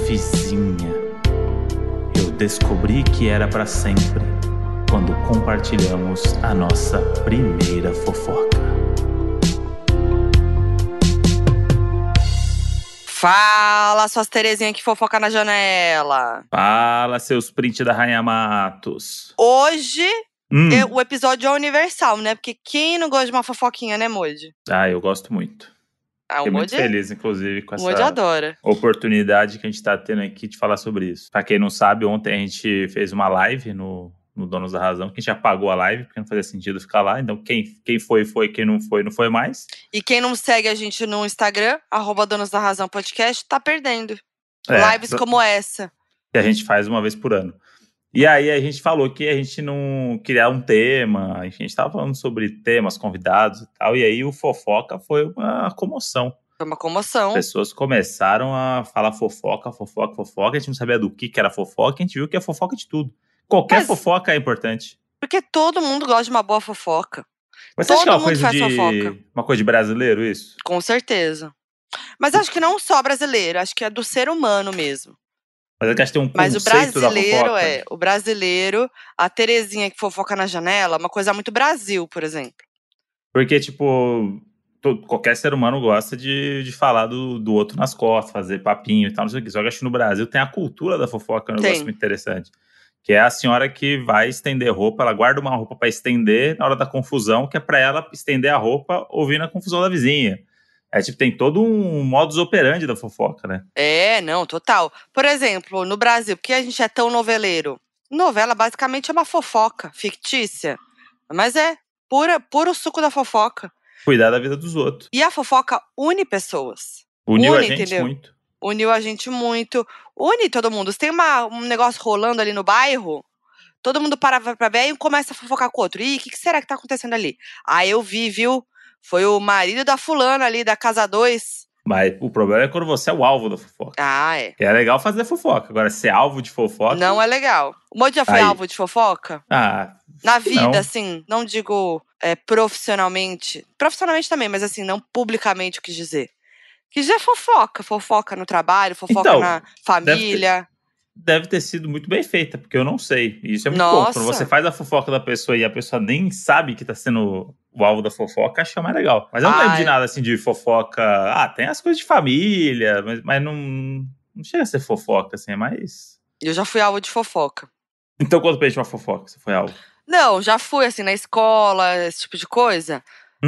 vizinha. Eu descobri que era pra sempre quando compartilhamos a nossa primeira fofoca. Fala, suas Terezinha que fofoca na janela. Fala, seus print da Rainha Matos. Hoje, o episódio é universal, né? Porque quem não gosta de uma fofoquinha, né, Moji? Ah, eu gosto muito. Fiquei muito feliz, inclusive, com Moji essa adora. oportunidade que a gente tá tendo aqui de falar sobre isso. Pra quem não sabe, ontem a gente fez uma live no Donos da Razão, que a gente apagou a live, porque não fazia sentido ficar lá. Então, quem foi, quem não foi mais. E quem não segue a gente no Instagram, @Donos da Razão Podcast, tá perdendo. Lives como essa. Que a gente faz uma vez por ano. E aí a gente falou que a gente não queria um tema, enfim, a gente tava falando sobre temas, convidados e tal, e aí o fofoca foi uma comoção. Foi uma comoção. As pessoas começaram a falar fofoca, a gente não sabia do que era fofoca, a gente viu que é fofoca de tudo. Qualquer fofoca é importante. Porque todo mundo gosta de uma boa fofoca. Mas você acha que é uma coisa fofoca. Uma coisa de brasileiro isso? Com certeza. Mas acho que não só brasileiro, acho que é do ser humano mesmo. Mas eu acho que tem um Mas conceito da fofoca. O brasileiro, a Terezinha que fofoca na janela, uma coisa muito Brasil, por exemplo. Porque, tipo, qualquer ser humano gosta de falar do outro nas costas, fazer papinho e tal, não sei o que. Só que acho que no Brasil tem a cultura da fofoca, um negócio muito interessante. Que é a senhora que vai estender roupa, ela guarda uma roupa pra estender na hora da confusão, que é pra ela estender a roupa ouvindo a confusão da vizinha. É, tipo, tem todo um modus operandi da fofoca, né? É, não, total. Por exemplo, no Brasil, por que a gente é tão noveleiro? Novela, basicamente, é uma fofoca fictícia. Mas é puro suco da fofoca. Cuidar da vida dos outros. E a fofoca une pessoas. Uniu a gente muito. Uniu a gente muito. Une todo mundo. Se tem um negócio rolando ali no bairro, todo mundo para pra ver e começa a fofocar com o outro. Ih, o que será que tá acontecendo ali? Ah, eu vi, viu? Foi o marido da fulana ali, da casa 2. Mas o problema é quando você é o alvo da fofoca. Ah, é. É legal fazer fofoca. Agora, ser alvo de fofoca... Não é legal. O Moji já foi alvo de fofoca? Ah, na vida, não. assim, não digo profissionalmente. Profissionalmente também, mas assim, não publicamente, eu quis dizer. Quis dizer fofoca. Fofoca no trabalho, fofoca na família. Deve ter sido muito bem feita, porque eu não sei. E isso é muito bom. Quando você faz a fofoca da pessoa e a pessoa nem sabe que tá sendo o alvo da fofoca, acho que é mais legal. Mas eu não lembro de nada assim de fofoca. Ah, tem as coisas de família, mas não chega a ser fofoca, assim, é mais. Eu já fui alvo de fofoca. Então, conta pra gente uma fofoca, você foi alvo. Não, já fui, assim, na escola, esse tipo de coisa.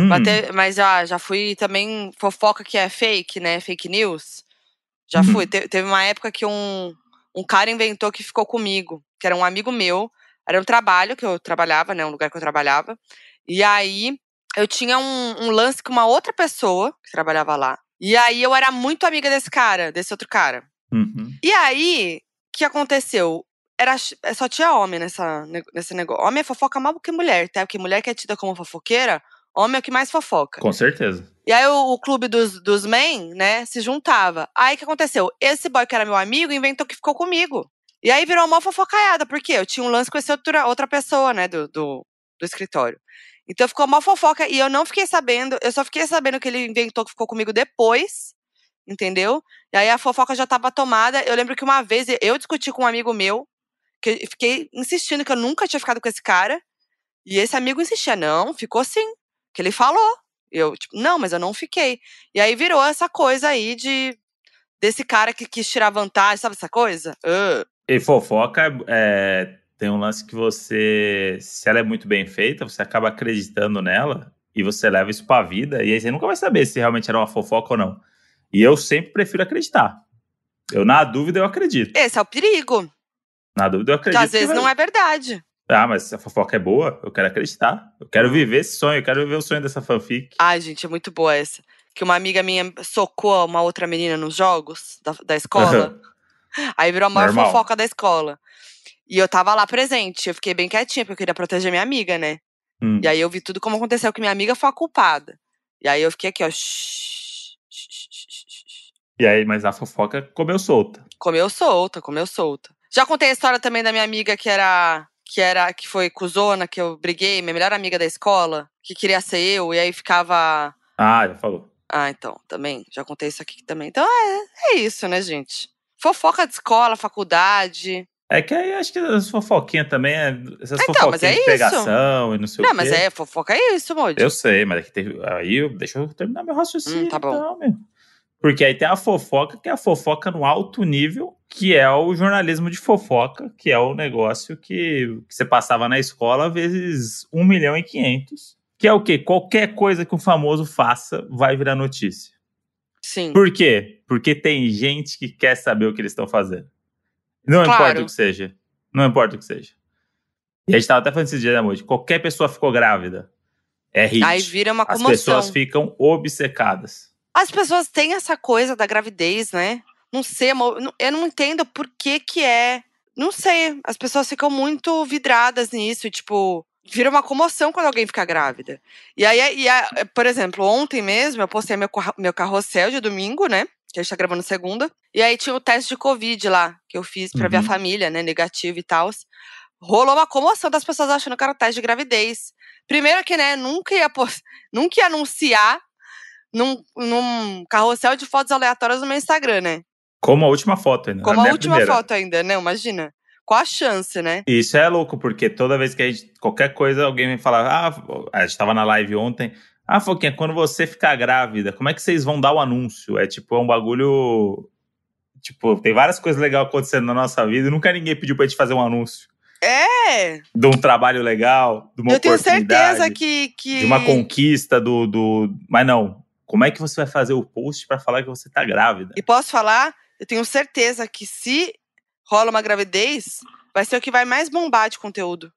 Mas já fui também fofoca que é fake, né? Fake news. Já fui. Teve uma época que um cara inventou que ficou comigo, que era um amigo meu. Era um trabalho que eu trabalhava, né? Um lugar que eu trabalhava. E aí, eu tinha um lance com uma outra pessoa que trabalhava lá. E aí, eu era muito amiga desse outro cara. E aí, o que aconteceu? Só tinha homem nesse negócio. Homem é fofoca mal do que mulher, tá? Porque mulher que é tida como fofoqueira, homem é o que mais fofoca. Com certeza. E aí o clube dos men, né, se juntava. Aí o que aconteceu? Esse boy que era meu amigo inventou que ficou comigo. E aí virou uma fofocaiada, porque eu tinha um lance com essa outra pessoa, né, do escritório. Então ficou uma fofoca e eu não fiquei sabendo, eu só fiquei sabendo que ele inventou que ficou comigo depois, entendeu? E aí a fofoca já tava tomada. Eu lembro que uma vez eu discuti com um amigo meu, que eu fiquei insistindo que eu nunca tinha ficado com esse cara. E esse amigo insistia, não, ficou sim, que ele falou. Eu, tipo, não, mas eu não fiquei. E aí virou essa coisa aí desse cara que quis tirar vantagem, sabe essa coisa? E fofoca tem um lance que você, se ela é muito bem feita, você acaba acreditando nela e você leva isso pra vida e aí você nunca vai saber se realmente era uma fofoca ou não. E eu sempre prefiro acreditar. Na dúvida, eu acredito. Esse é o perigo. Na dúvida, eu acredito. Porque às vezes não é verdade. Ah, mas se a fofoca é boa, eu quero acreditar. Eu quero viver esse sonho, eu quero viver o sonho dessa fanfic. Ai, gente, é muito boa essa. Que uma amiga minha socou uma outra menina nos jogos da escola. Aí virou a maior fofoca da escola. E eu tava lá presente, eu fiquei bem quietinha, porque eu queria proteger minha amiga, né? E aí eu vi tudo como aconteceu, que minha amiga foi a culpada. E aí eu fiquei aqui, ó. E aí, mas a fofoca comeu solta. Comeu solta. Já contei a história também da minha amiga que foi cuzona, que eu briguei, minha melhor amiga da escola, que queria ser eu, e aí ficava... Ah, já falou. Ah, então, também, já contei isso aqui também. Então é isso, né, gente? Fofoca de escola, faculdade. É que aí acho que as fofoquinhas também, essas Então, fofoquinhas mas é de pegação e não sei o Não, quê. mas fofoca é isso, Moody. Eu sei, mas aqui deixa eu terminar meu raciocínio, tá bom. então, meu. Porque aí tem a fofoca, que é a fofoca no alto nível, que é o jornalismo de fofoca, que é o negócio que você passava na escola vezes 1.500.000. Que é o quê? Qualquer coisa que um famoso faça vai virar notícia. Sim. Por quê? Porque tem gente que quer saber o que eles estão fazendo. Não importa o que seja. Não importa o que seja. E a gente tava até falando esse dia, né, amor? Qualquer pessoa ficou grávida. É hit. Aí vira uma comoção. As pessoas ficam obcecadas. As pessoas têm essa coisa da gravidez, né? Não sei, amor, eu não entendo por que é. Não sei, as pessoas ficam muito vidradas nisso, tipo, vira uma comoção quando alguém fica grávida. E aí, por exemplo, ontem mesmo eu postei meu carrossel de domingo, né? Que a gente tá gravando segunda. E aí tinha o teste de Covid lá, que eu fiz pra ver a família, né? Negativo e tal. Rolou uma comoção das pessoas achando que era o teste de gravidez. Primeiro que, né, nunca ia anunciar num carrossel de fotos aleatórias no meu Instagram, né? Como a última foto ainda. Como a última foto ainda, né? Imagina. Qual a chance, né? Isso é louco, porque toda vez que a gente, qualquer coisa, alguém vem falar, a gente tava na live ontem, Foquinha, quando você ficar grávida, como é que vocês vão dar o anúncio? É um bagulho, tem várias coisas legais acontecendo na nossa vida e nunca ninguém pediu pra gente fazer um anúncio. De um trabalho legal, de uma oportunidade. Eu tenho certeza que... De uma conquista Mas não, como é que você vai fazer o post pra falar que você tá grávida? E posso falar? Eu tenho certeza que se rola uma gravidez, vai ser o que vai mais bombar de conteúdo.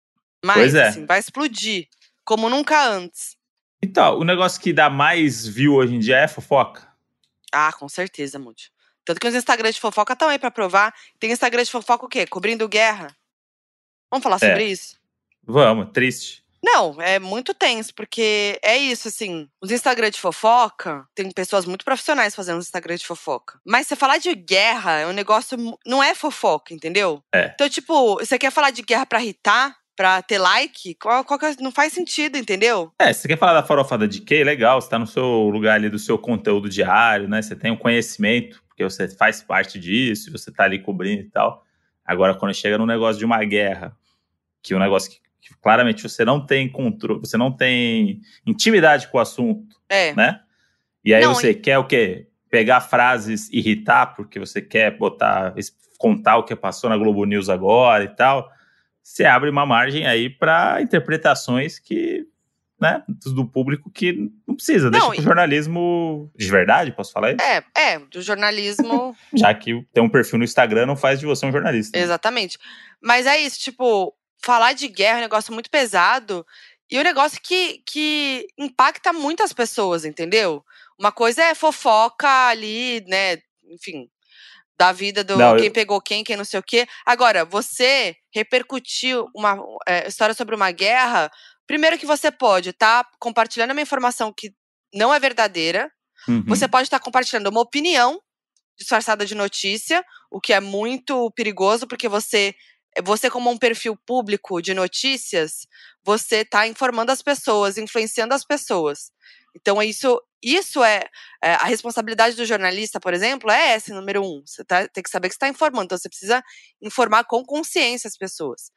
Pois é. Assim, vai explodir, como nunca antes. Então, o negócio que dá mais view hoje em dia é fofoca? Ah, com certeza, Mude. Tanto que os Instagrams de fofoca estão aí pra provar. Tem Instagram de fofoca o quê? Cobrindo guerra. Vamos falar sobre isso? Vamos, triste. Não, é muito tenso, porque é isso, assim, os Instagram de fofoca, tem pessoas muito profissionais fazendo Instagram de fofoca. Mas você falar de guerra é um negócio, não é fofoca, entendeu? Então, tipo, você quer falar de guerra pra irritar, pra ter like, não faz sentido, entendeu? Você quer falar da farofada de quê? Legal, você tá no seu lugar ali do seu conteúdo diário, né? Você tem um conhecimento, porque você faz parte disso, você tá ali cobrindo e tal. Agora, quando chega no negócio de uma guerra, que é um negócio que claramente você não tem controle, você não tem intimidade com o assunto, né? E aí você quer o quê? Pegar frases, irritar, porque você quer contar o que passou na Globo News agora e tal. Você abre uma margem aí para interpretações que, né, do público que não precisa. Deixa pro jornalismo de verdade, posso falar isso? Do jornalismo... Já que ter um perfil no Instagram não faz de você um jornalista. Exatamente. Mas é isso, tipo... Falar de guerra é um negócio muito pesado e um negócio que impacta muitas pessoas, entendeu? Uma coisa é fofoca ali, né? Enfim, da vida quem pegou quem não sei o quê. Agora, você repercutir uma história sobre uma guerra, primeiro que você pode estar compartilhando uma informação que não é verdadeira, você pode estar compartilhando uma opinião disfarçada de notícia, o que é muito perigoso, porque você como um perfil público de notícias, você tá informando as pessoas, influenciando as pessoas. Então, isso é a responsabilidade do jornalista, por exemplo, é essa, número 1. Você tem que saber que você está informando, então você precisa informar com consciência as pessoas.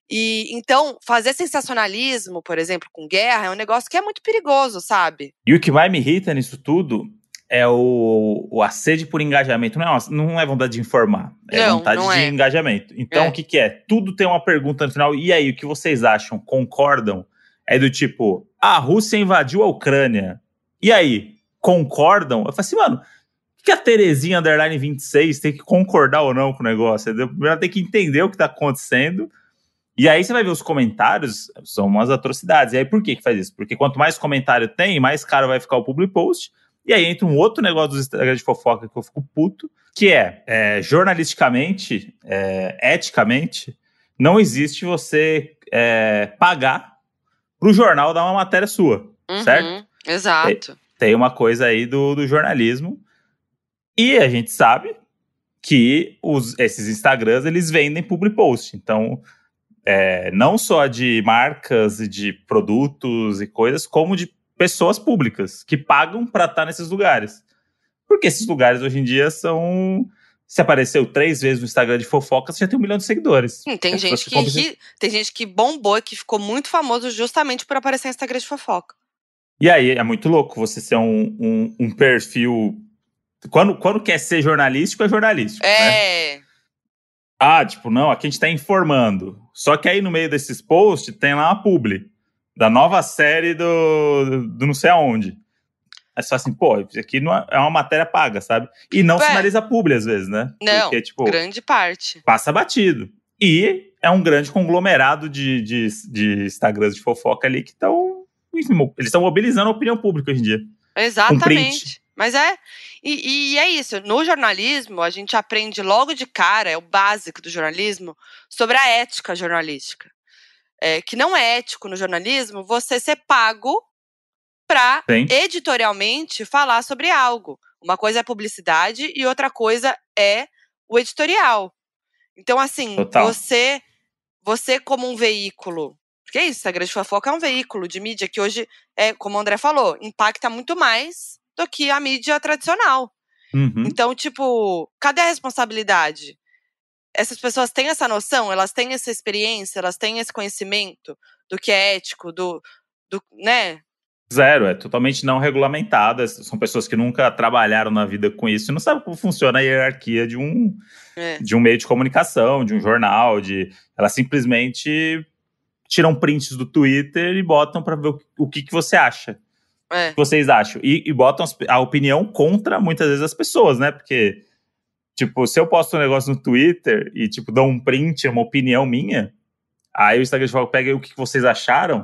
E, então, fazer sensacionalismo, por exemplo, com guerra, é um negócio que é muito perigoso, sabe? E o que mais me irrita nisso tudo é a sede por engajamento. Não é vontade de informar, é vontade de engajamento. Então, o que é? Tudo tem uma pergunta no final. E aí, o que vocês acham? Concordam? É do tipo, a Rússia invadiu a Ucrânia. E aí, concordam? Eu falo assim, mano, o que a Terezinha Underline 26 tem que concordar ou não com o negócio? Primeiro ela tem que entender o que tá acontecendo. E aí você vai ver os comentários, são umas atrocidades. E aí por que faz isso? Porque quanto mais comentário tem, mais caro vai ficar o public post. E aí entra um outro negócio dos Instagram de fofoca que eu fico puto, que jornalisticamente, eticamente, não existe você pagar pro jornal dar uma matéria sua, certo? Exato. Tem uma coisa aí do jornalismo. E a gente sabe que esses Instagrams, eles vendem public post. Então, não só de marcas e de produtos e coisas, como de pessoas públicas que pagam para estar nesses lugares. Porque esses lugares hoje em dia são Se apareceu 3 vezes no Instagram de fofoca, você já tem 1 milhão de seguidores. Tem gente que bombou e que ficou muito famoso justamente por aparecer em Instagram de fofoca. E aí, é muito louco você ser um perfil… Quando quer ser jornalístico, é jornalístico, né? Tipo, não, aqui a gente tá informando. Só que aí no meio desses posts tem lá uma publi da nova série do não sei aonde. Aí você fala assim, pô, isso aqui não é uma matéria paga, sabe? E não sinaliza publi às vezes, né? Não, porque, tipo, grande parte. Passa batido. E é um grande conglomerado de Instagrams de fofoca ali que estão… Enfim, eles estão mobilizando a opinião pública hoje em dia. Exatamente. Mas e é isso. No jornalismo, a gente aprende logo de cara, é o básico do jornalismo, sobre a ética jornalística. Que não é ético no jornalismo você ser pago para editorialmente falar sobre algo. Uma coisa é publicidade e outra coisa é o editorial. Então, assim, você como um veículo… Porque é isso, Instagram de fofoca é um veículo de mídia que hoje, como o André falou, impacta muito mais do que a mídia tradicional. Então, tipo, cadê a responsabilidade? Essas pessoas têm essa noção? Elas têm essa experiência? Elas têm esse conhecimento do que é ético, né? Zero, é totalmente não regulamentadas. São pessoas que nunca trabalharam na vida com isso e não sabem como funciona a hierarquia de um meio de comunicação, de um jornal. Elas simplesmente tiram prints do Twitter e botam pra ver o que você acha. O que vocês acham. E botam a opinião contra, muitas vezes, as pessoas, né? Porque, tipo, se eu posto um negócio no Twitter e, tipo, dou um print, uma opinião minha, aí o Instagram de fofoca pega o que vocês acharam,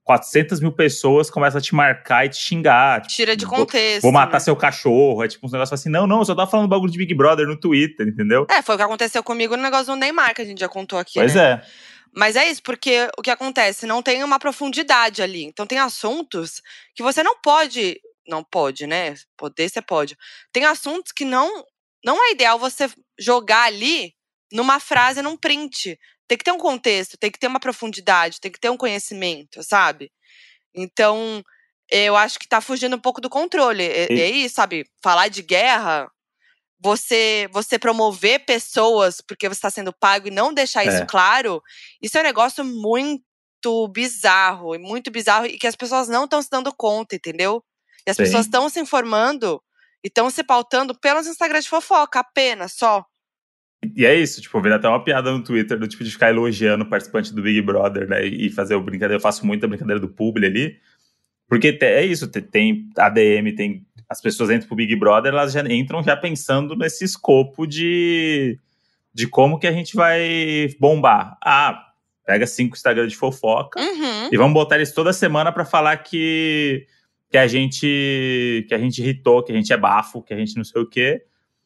400 mil pessoas começam a te marcar e te xingar. Tipo, tira de contexto. Vou matar seu cachorro. É tipo uns negócios assim, não, eu só tava falando bagulho de Big Brother no Twitter, entendeu? Foi o que aconteceu comigo no negócio do Neymar, que a gente já contou aqui, Pois é. Mas é isso, porque o que acontece? Não tem uma profundidade ali. Então tem assuntos que você não pode… Não pode, né? Poder, você pode. Tem assuntos que não é ideal você jogar ali numa frase, num print. Tem que ter um contexto, tem que ter uma profundidade, tem que ter um conhecimento, sabe? Então, eu acho que tá fugindo um pouco do controle. É isso, sabe? Falar de guerra… Você promover pessoas porque você está sendo pago e não deixar isso claro, isso é um negócio muito bizarro, e que as pessoas não estão se dando conta, entendeu? E as pessoas estão se informando e estão se pautando pelos Instagram de fofoca, apenas, só. E é isso, tipo, vira até uma piada no Twitter do tipo de ficar elogiando o participante do Big Brother, né? E fazer o brincadeira. Eu faço muita brincadeira do publi ali. Porque é isso, tem ADM, tem… As pessoas entram pro Big Brother, elas já entram já pensando nesse escopo de como que a gente vai bombar. Pega 5 Instagram de fofoca e vamos botar eles toda semana pra falar que a gente irritou, que a gente é bafo, que a gente não sei o quê.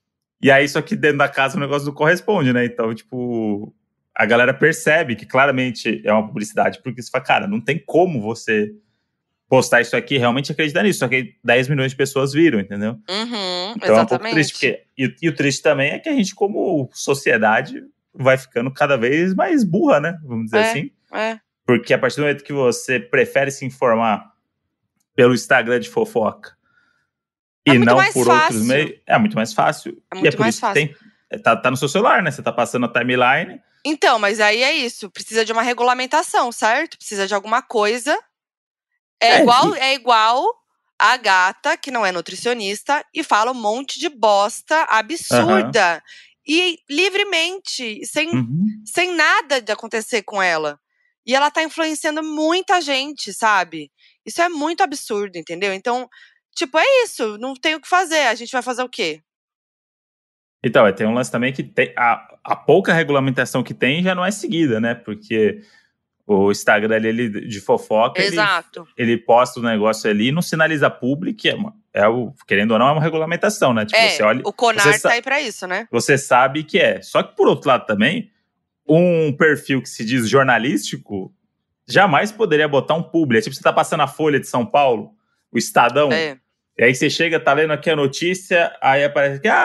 E aí, só que dentro da casa o negócio não corresponde, né? Então, tipo, a galera percebe que claramente é uma publicidade, porque você fala, cara, não tem como você postar isso aqui, realmente acreditar nisso. Só que 10 milhões de pessoas viram, entendeu? Então exatamente. é um pouco triste. E o triste também é que a gente, como sociedade, vai ficando cada vez mais burra, né? Vamos dizer assim. Porque a partir do momento que você prefere se informar pelo Instagram de fofoca e não por outros meios, é muito mais fácil. E é por isso que tá no seu celular, né? Você tá passando a timeline. Então, mas aí é isso. Precisa de uma regulamentação, certo? Precisa de alguma coisa… É igual a gata, que não é nutricionista, e fala um monte de bosta absurda. E livremente, sem nada de acontecer com ela. E ela tá influenciando muita gente, sabe? Isso é muito absurdo, entendeu? Então, tipo, é isso. Não tem o que fazer. A gente vai fazer o quê? Então, tem um lance também que a pouca regulamentação que tem já não é seguida, né? Porque o Instagram ali de fofoca, ele posta o negócio ali e não sinaliza público, que querendo ou não, é uma regulamentação, né? Tipo, você olha, o CONAR tá aí pra isso, né? Você sabe que é. Só que, por outro lado também, um perfil que se diz jornalístico jamais poderia botar um publi. É tipo, você tá passando a Folha de São Paulo, o Estadão, e aí você chega, tá lendo aqui a notícia, aí aparece que,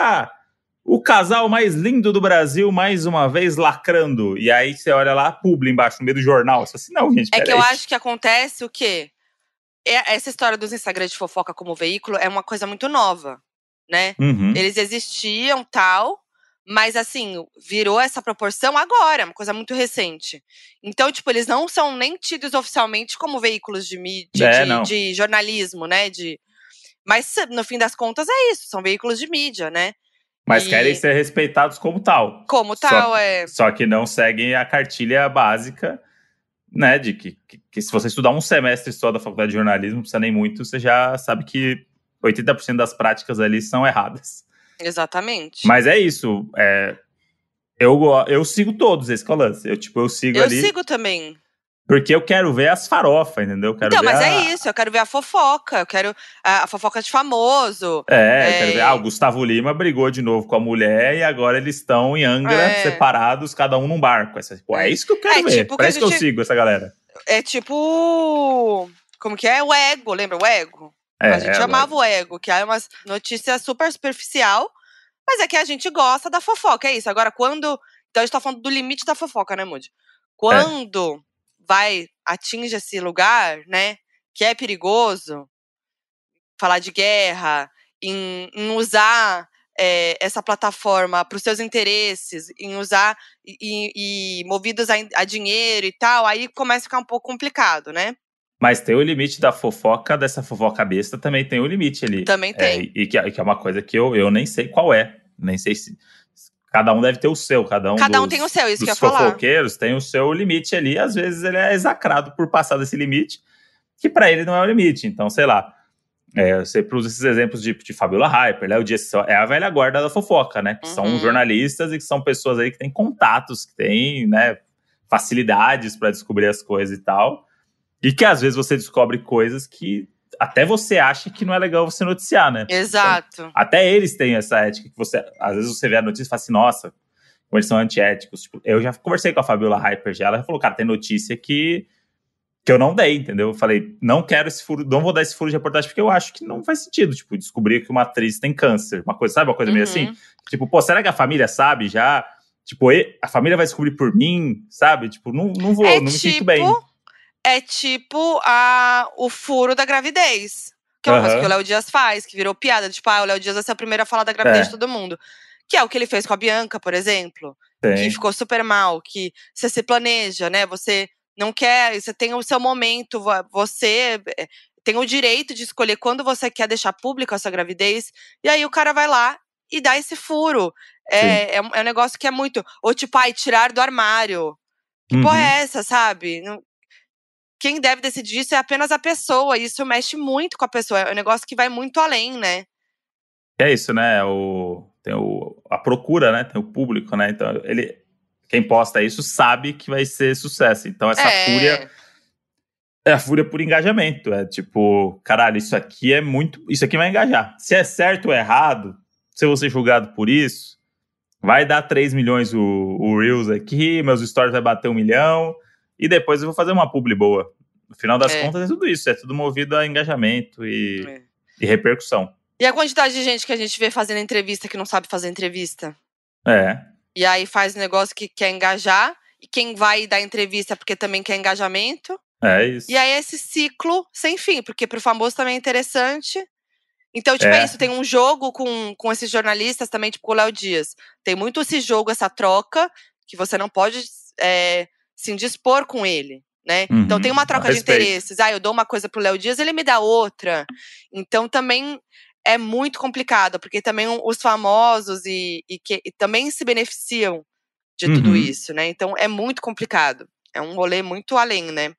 o casal mais lindo do Brasil, mais uma vez, lacrando. E aí você olha lá, publi embaixo, no meio do jornal. Você fala assim, não, gente, peraí. É que eu acho que acontece o quê? Essa história dos Instagram de fofoca como veículo é uma coisa muito nova, né? Eles existiam, tal, Mas, assim, virou essa proporção agora, uma coisa muito recente. Então, tipo, eles não são nem tidos oficialmente como veículos de mídia, de jornalismo, né? Mas, no fim das contas, é isso. São veículos de mídia, né? Mas querem ser respeitados como tal. Como tal, Só que não seguem a cartilha básica, né? De que se você estudar um semestre só da faculdade de jornalismo, não precisa nem muito, você já sabe que 80% das práticas ali são erradas. Exatamente. Mas é isso. Eu sigo todos esse que é o lance. Eu sigo ali. Eu sigo também. Porque eu quero ver as farofas, entendeu? Mas é isso, eu quero ver a fofoca, eu quero a fofoca de famoso. Eu quero ver. O Gustavo Lima brigou de novo com a mulher e agora eles estão em Angra, separados, cada um num barco. É isso que eu quero ver. Tipo Parece que eu sigo essa galera. É tipo. Como que é? O Ego, lembra o Ego? A gente amava o Ego, que é uma notícia super superficial, mas é que a gente gosta da fofoca, é isso. Agora, quando. Então a gente tá falando do limite da fofoca, né, Moody? Quando atinge esse lugar, né, que é perigoso, falar de guerra, em usar essa plataforma para os seus interesses, em usar e movidos a dinheiro e tal, aí começa a ficar um pouco complicado, né? Mas tem o limite da fofoca, dessa fofoca besta também tem o limite ali. Também tem. E que é uma coisa que eu nem sei qual é. Nem sei se. Cada um deve ter o seu. Cada um tem o seu, isso que eu ia falar. Os fofoqueiros tem o seu limite ali. Às vezes ele é execrado por passar desse limite, que para ele não é o limite. Então, sei lá. Eu sempre uso esses exemplos de Fabiola Hyper, Léo Dias, é a velha guarda da fofoca, né? Que são jornalistas e que são pessoas aí que têm contatos, que têm, né, facilidades para descobrir as coisas e tal. E que às vezes você descobre coisas que até você acha que não é legal você noticiar, né? Exato. Então, até eles têm essa ética que às vezes você vê a notícia e fala assim, nossa, como eles são antiéticos. Tipo, eu já conversei com a Fabiola Hyper, ela falou, cara, tem notícia que eu não dei, entendeu? Eu falei, não quero esse furo, não vou dar esse furo de reportagem porque eu acho que não faz sentido, tipo, descobrir que uma atriz tem câncer, uma coisa, sabe? Uma coisa meio assim. Tipo, pô, será que a família sabe já? Tipo, a família vai descobrir por mim, sabe? Tipo, não vou, não me sinto bem. É tipo o furo da gravidez. Que é uma coisa que o Léo Dias faz, que virou piada. Tipo, o Léo Dias vai ser a primeira a falar da gravidez de todo mundo. Que é o que ele fez com a Bianca, por exemplo. Que ficou super mal. Que você se planeja, né? Você não quer, você tem o seu momento, você tem o direito de escolher quando você quer deixar público essa gravidez. E aí o cara vai lá e dá esse furo. É um negócio que é muito. Ou tipo, tirar do armário. Que porra é essa, sabe? Quem deve decidir isso é apenas a pessoa. E isso mexe muito com a pessoa. É um negócio que vai muito além, né? É isso, né? Tem a procura, né? Tem o público, né? Então, quem posta isso sabe que vai ser sucesso. Então, essa fúria é a fúria por engajamento. É tipo, caralho, isso aqui vai engajar. Se é certo ou errado, se eu vou ser julgado por isso, vai dar 3 milhões o Reels aqui, meus stories vai bater 1 milhão, e depois eu vou fazer uma publi boa. No final das contas, é tudo isso. É tudo movido a engajamento e repercussão. E a quantidade de gente que a gente vê fazendo entrevista que não sabe fazer entrevista? É. E aí faz um negócio que quer engajar. E quem vai dar entrevista porque também quer engajamento. É isso. E aí esse ciclo sem fim. Porque pro famoso também é interessante. Então, tipo, é isso. Tem um jogo com esses jornalistas também, tipo, com o Léo Dias. Tem muito esse jogo, essa troca, que você não pode se indispor com ele, né? Então tem uma troca de interesses. Eu dou uma coisa pro Léo Dias, ele me dá outra. Então também é muito complicado, porque também os famosos e também se beneficiam de tudo isso, né? Então é muito complicado. É um rolê muito além, né?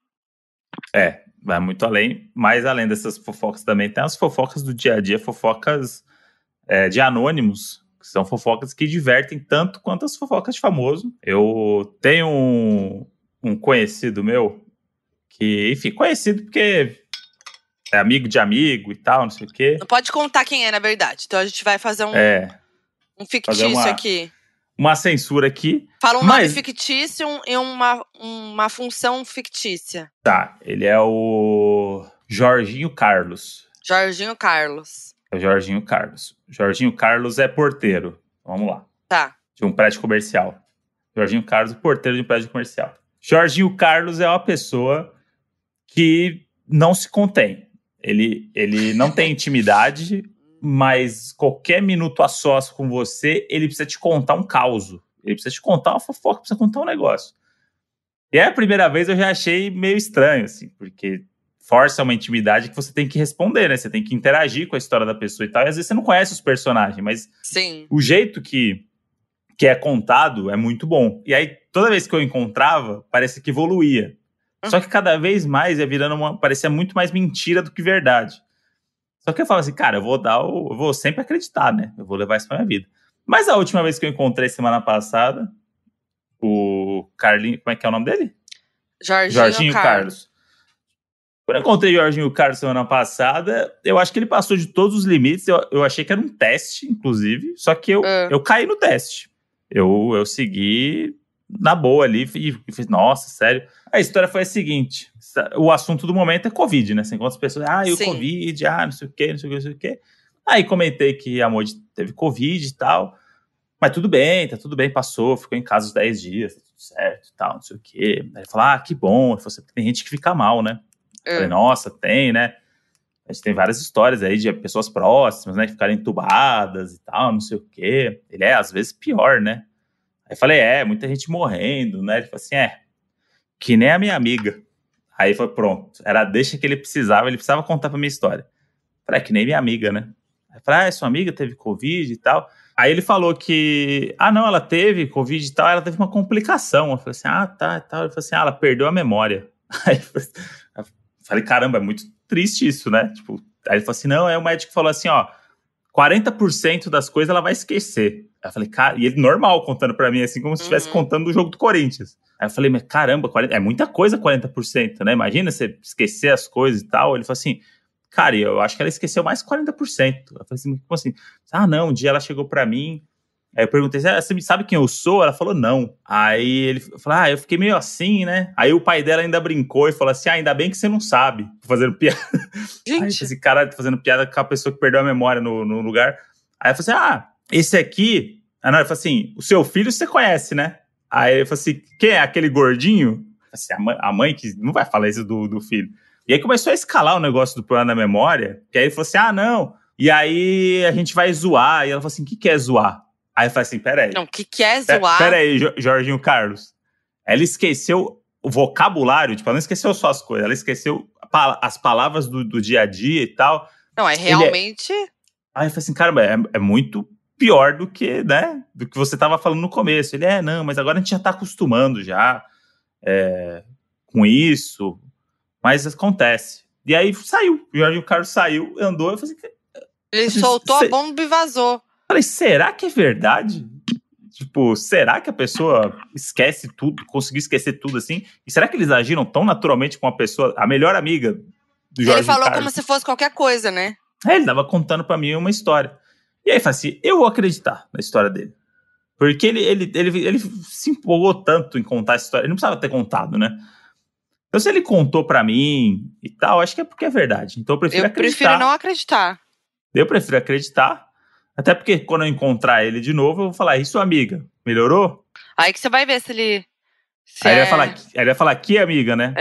Vai muito além. Mas além dessas fofocas também, tem as fofocas do dia a dia, fofocas de anônimos, que são fofocas que divertem tanto quanto as fofocas de famoso. Eu tenho um conhecido meu, que, enfim, conhecido porque é amigo de amigo e tal, não sei o quê. Não pode contar quem é, na verdade. Então a gente vai fazer um fictício aqui. Uma censura aqui. Fala um nome fictício e uma função fictícia. Tá, ele é o Jorginho Carlos. Jorginho Carlos. É o Jorginho Carlos. Jorginho Carlos é porteiro. Vamos lá. Tá. De um prédio comercial. Jorginho Carlos, porteiro de um prédio comercial. Jorginho Carlos é uma pessoa que não se contém. Ele não tem intimidade. mas qualquer minuto a sós com você, ele precisa te contar um caos. Ele precisa te contar uma fofoca, precisa contar um negócio. E aí, a primeira vez eu já achei meio estranho, assim, porque força uma intimidade que você tem que responder, né? Você tem que interagir com a história da pessoa e tal. E às vezes você não conhece os personagens, mas Sim. O jeito que é contado é muito bom. E aí, toda vez que eu encontrava, parece que evoluía. Só que cada vez mais ia virando parecia muito mais mentira do que verdade. Só que eu falava assim, cara, eu vou sempre acreditar, né? Eu vou levar isso pra minha vida. Mas a última vez que eu encontrei semana passada, o Carlinhos, como é que é o nome dele? Jorginho Carlos. Quando eu encontrei o Jorginho Carlos semana passada, eu acho que ele passou de todos os limites. Eu achei que era um teste, inclusive. Só que eu caí no teste. Eu segui na boa ali e fiz, nossa, sério. A história foi a seguinte: o assunto do momento é Covid, né? Você encontra as pessoas, e o Covid, não sei o quê, não sei o quê, não sei o quê. Aí comentei que a Moji teve Covid e tal. Mas tudo bem, tá tudo bem, passou, ficou em casa os 10 dias, tá tudo certo e tal, não sei o quê. Aí ele falou, que bom. Ele falou, tem gente que fica mal, né? Eu falei, nossa, tem, né? A gente tem várias histórias aí de pessoas próximas, né? Que ficaram entubadas e tal, não sei o quê. Ele às vezes, pior, né? Aí eu falei, muita gente morrendo, né? Ele falou assim, que nem a minha amiga. Aí foi pronto, era a deixa que ele precisava contar pra minha história. Eu falei, que nem minha amiga, né? Aí eu falei, sua amiga teve Covid e tal. Aí ele falou que, não, ela teve Covid e tal, ela teve uma complicação. Eu falei assim, tá, e tal. Ele falou assim, ela perdeu a memória. Aí eu falei, caramba, é muito triste isso, né? Tipo, aí ele falou assim, não, o médico falou assim, 40% das coisas ela vai esquecer. Aí eu falei, cara, e ele normal contando pra mim, assim, como se estivesse contando do jogo do Corinthians. Aí eu falei, mas caramba, é muita coisa 40%, né? Imagina você esquecer as coisas e tal. Ele falou assim, cara, eu acho que ela esqueceu mais 40%. Eu falei assim, como assim? Não, um dia ela chegou pra mim, aí eu perguntei, você sabe quem eu sou? Ela falou, não. Aí ele falou, eu fiquei meio assim, né? Aí o pai dela ainda brincou e falou assim, ainda bem que você não sabe, fazendo piada. Gente. Aí esse cara fazendo piada com a pessoa que perdeu a memória no lugar. Aí eu falei assim, esse aqui... não, ele falou assim, o seu filho você conhece, né? Aí ele falou assim, quem é aquele gordinho? Assim, a mãe que não vai falar isso do filho. E aí começou a escalar o negócio do problema da memória, que aí ele falou assim, não. E aí a gente vai zoar. E ela falou assim, o que é zoar? Aí eu falei assim, peraí. Não, o que é zoar? Peraí, Jorginho Carlos. Ela esqueceu o vocabulário, tipo, ela não esqueceu só as coisas, ela esqueceu as palavras do dia a dia e tal. Não, realmente... Aí eu falei assim, caramba, é muito pior do que, né, do que você tava falando no começo. Ele, não, mas agora a gente já tá acostumando já com isso, mas acontece. E aí saiu, o Jorginho Carlos saiu, andou, eu falei assim... Ele soltou a bomba e vazou. Falei, será que é verdade? Tipo, será que a pessoa esquece tudo, conseguiu esquecer tudo assim? E será que eles agiram tão naturalmente com a pessoa, a melhor amiga do Jorginho Carlos? Ele falou como se fosse qualquer coisa, né? Ele tava contando pra mim uma história. E aí eu falei assim, eu vou acreditar na história dele. Porque ele se empolgou tanto em contar essa história, ele não precisava ter contado, né? Então se ele contou pra mim e tal, acho que é porque é verdade. Então eu prefiro acreditar. Eu prefiro não acreditar. Eu prefiro acreditar. Até porque quando eu encontrar ele de novo, eu vou falar, e sua amiga? Melhorou? Aí que você vai ver se ele... Aí ele vai falar, que amiga, né?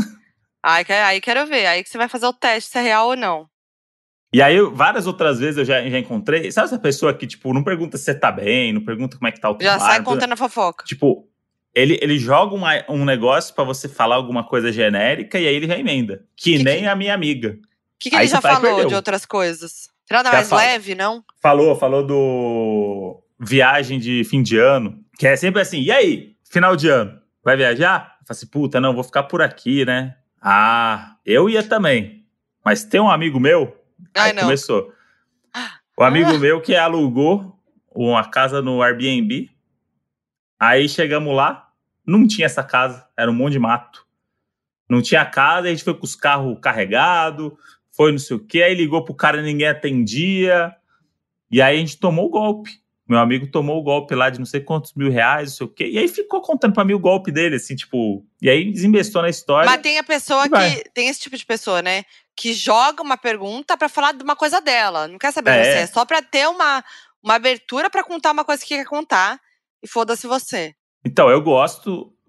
Aí quero ver. Aí que você vai fazer o teste se é real ou não. E aí, várias outras vezes eu já encontrei... Sabe essa pessoa que, tipo, não pergunta se você tá bem, não pergunta como é que tá o trabalho? Já sai contando a fofoca. Tipo, ele joga um negócio pra você falar alguma coisa genérica e aí ele já emenda. Que nem a minha amiga. O que ele já falou de outras coisas? Nada mais leve, não? Falou do viagem de fim de ano, que é sempre assim, e aí, final de ano, vai viajar? Eu falo assim, puta, não, vou ficar por aqui, né? Eu ia também, mas tem um amigo meu, aí começou. O amigo meu que alugou uma casa no Airbnb, aí chegamos lá, não tinha essa casa, era um monte de mato. Não tinha casa, a gente foi com os carros carregados, foi não sei o quê, aí ligou pro cara e ninguém atendia, e aí a gente tomou o golpe. Meu amigo tomou o golpe lá de não sei quantos mil reais, não sei o quê, e aí ficou contando pra mim o golpe dele, assim, tipo, e aí desinvestou na história. Mas tem a pessoa que, tem esse tipo de pessoa, né, que joga uma pergunta pra falar de uma coisa dela, não quer saber você, é só pra ter uma abertura pra contar uma coisa que quer contar, e foda-se você. Então, eu gosto,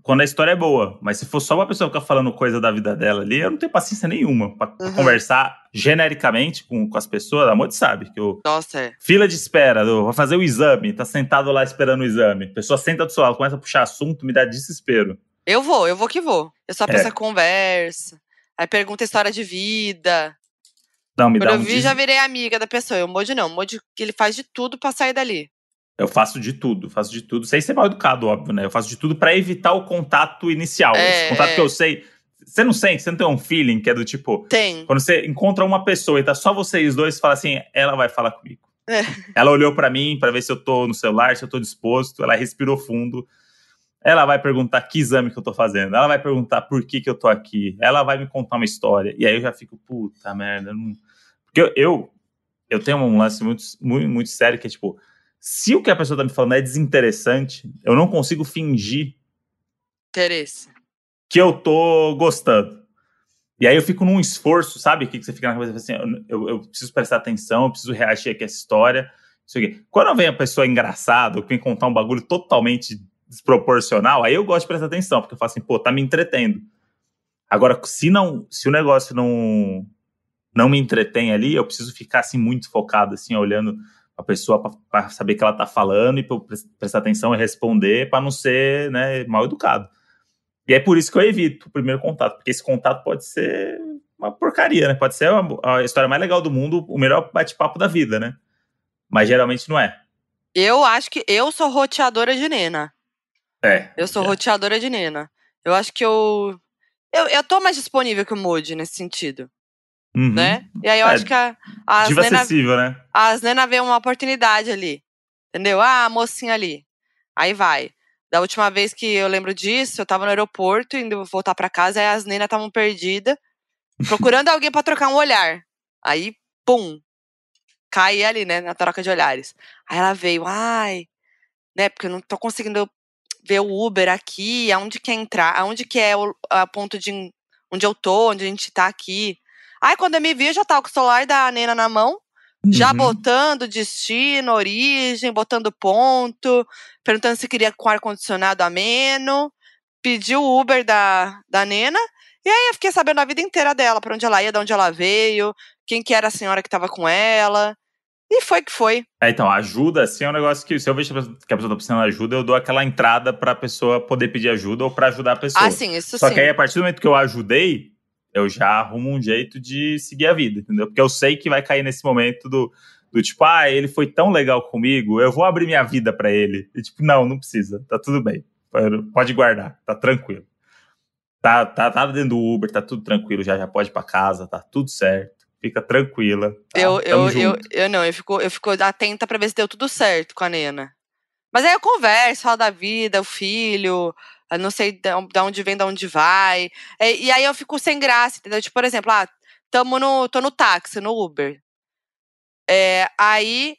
quando a história é boa. Mas se for só uma pessoa ficar falando coisa da vida dela ali, eu não tenho paciência nenhuma pra conversar genericamente com as pessoas. A Modi sabe que eu... Nossa, Fila de espera, vou fazer o exame, tá sentado lá esperando o exame. A pessoa senta do seu lado, começa a puxar assunto, me dá desespero. Eu vou que vou. Eu sou a pessoa que conversa, aí pergunta história de vida. Não, me Quando dá eu vi, já virei amiga da pessoa. O Modi não. O Modi, ele faz de tudo pra sair dali. Eu faço de tudo. Sem ser mal educado, óbvio, né? Eu faço de tudo pra evitar o contato inicial. Esse contato que eu sei... Você não sente? Você não tem um feeling que é do tipo... Tem. Quando você encontra uma pessoa e tá só vocês dois, você fala assim, ela vai falar comigo. Ela olhou pra mim pra ver se eu tô no celular, se eu tô disposto. Ela respirou fundo. Ela vai perguntar que exame que eu tô fazendo. Ela vai perguntar por que eu tô aqui. Ela vai me contar uma história. E aí eu já fico, puta merda. Não... Porque eu tenho um lance muito, muito, muito sério que é tipo... Se o que a pessoa tá me falando é desinteressante, eu não consigo fingir interesse que eu tô gostando. E aí eu fico num esforço, sabe? Que você fica na cabeça assim, eu preciso prestar atenção, eu preciso reagir aqui a essa história. Isso aqui. Quando vem a pessoa engraçada, que vem contar um bagulho totalmente desproporcional, aí eu gosto de prestar atenção, porque eu falo assim, pô, tá me entretendo. Agora, se o negócio não me entretém ali, eu preciso ficar assim muito focado, assim, olhando a pessoa para saber o que ela tá falando e para prestar atenção e responder para não ser, né, mal educado. E é por isso que eu evito o primeiro contato, porque esse contato pode ser uma porcaria, né? Pode ser a história mais legal do mundo, o melhor bate-papo da vida, né? Mas geralmente não é. Eu acho que eu sou roteadora de nena. Eu sou roteadora de nena. Eu acho que eu tô mais disponível que o Modi nesse sentido. Né? E aí eu acho que acessível, né? As nena vê uma oportunidade ali. Entendeu? Ah, a mocinha ali. Aí vai. Da última vez que eu lembro disso, eu tava no aeroporto, indo voltar pra casa, aí as nenas estavam perdidas, procurando alguém pra trocar um olhar. Aí, pum, caí ali, né, na troca de olhares. Aí ela veio, ai, né, porque eu não tô conseguindo ver o Uber aqui, aonde quer entrar, aonde que é o ponto de onde eu tô, onde a gente tá aqui. Aí quando eu me vi, eu já tava com o celular da nena na mão, já botando destino, origem, botando ponto, perguntando se queria com ar-condicionado ameno, pediu o Uber da nena, e aí eu fiquei sabendo a vida inteira dela, pra onde ela ia, de onde ela veio, quem que era a senhora que tava com ela. E foi que foi. Então, ajuda, assim, é um negócio que se eu vejo que a pessoa tá precisando de ajuda, eu dou aquela entrada pra pessoa poder pedir ajuda ou pra ajudar a pessoa. Ah, sim, isso Só sim. que aí, a partir do momento que eu ajudei, eu já arrumo um jeito de seguir a vida, entendeu? Porque eu sei que vai cair nesse momento do tipo, ele foi tão legal comigo, eu vou abrir minha vida pra ele. E tipo, não precisa, tá tudo bem. Pode guardar, tá tranquilo. Tá dentro do Uber, tá tudo tranquilo, já pode ir pra casa, tá tudo certo. Fica tranquila. Tá? Eu fico atenta pra ver se deu tudo certo com a nena. Mas aí eu converso, falo da vida, o filho, eu não sei de onde vem, de onde vai. E aí eu fico sem graça, entendeu? Tipo, por exemplo, tô no táxi, no Uber. Aí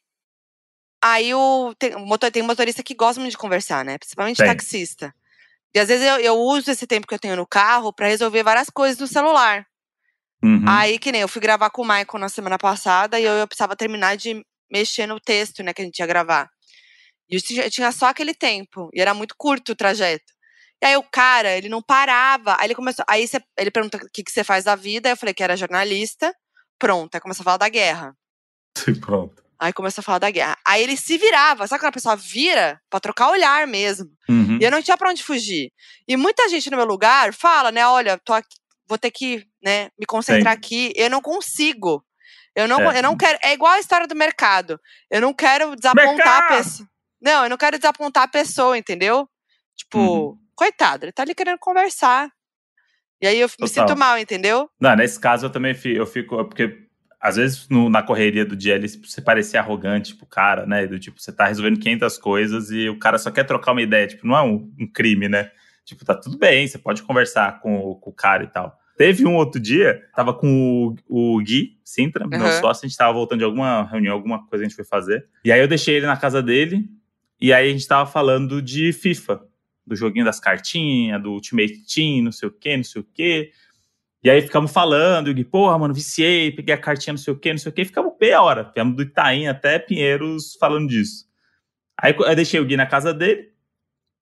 tem motorista que gosta muito de conversar, né? Principalmente taxista. E às vezes eu uso esse tempo que eu tenho no carro pra resolver várias coisas no celular. Aí, que nem eu fui gravar com o Michael na semana passada e eu precisava terminar de mexer no texto, né, que a gente ia gravar. E eu tinha só aquele tempo, e era muito curto o trajeto. E aí o cara, ele não parava. Aí ele começou. Ele pergunta o que você faz da vida. Aí eu falei que era jornalista. Pronto, aí começou a falar da guerra. Pronto. Aí começou a falar da guerra. Aí ele se virava. Sabe quando a pessoa vira pra trocar olhar mesmo? E eu não tinha pra onde fugir. E muita gente no meu lugar fala, né? Olha, tô aqui, vou ter que, né, me concentrar aqui. Eu não consigo. Eu não quero. É igual a história do mercado. Eu não quero desapontar a pessoa. Não, eu não quero desapontar a pessoa, entendeu? Tipo, coitado, ele tá ali querendo conversar. E aí eu me sinto mal, entendeu? Não, nesse caso eu também fico. Porque às vezes na correria do dia você parecia arrogante pro cara, né? Do tipo, você tá resolvendo 500 coisas e o cara só quer trocar uma ideia. Tipo, não é um crime, né? Tipo, tá tudo bem, você pode conversar com o cara e tal. Teve um outro dia, tava com o Gui Sintra, meu sócio, a gente tava voltando de alguma reunião, alguma coisa que a gente foi fazer. E aí eu deixei ele na casa dele, e aí a gente tava falando de FIFA, do joguinho das cartinhas, do Ultimate Team, não sei o quê. E aí ficamos falando, e o Gui, porra, mano, viciei, peguei a cartinha, não sei o quê, e ficamos meia hora. Ficamos do Itaim até Pinheiros falando disso. Aí eu deixei o Gui na casa dele,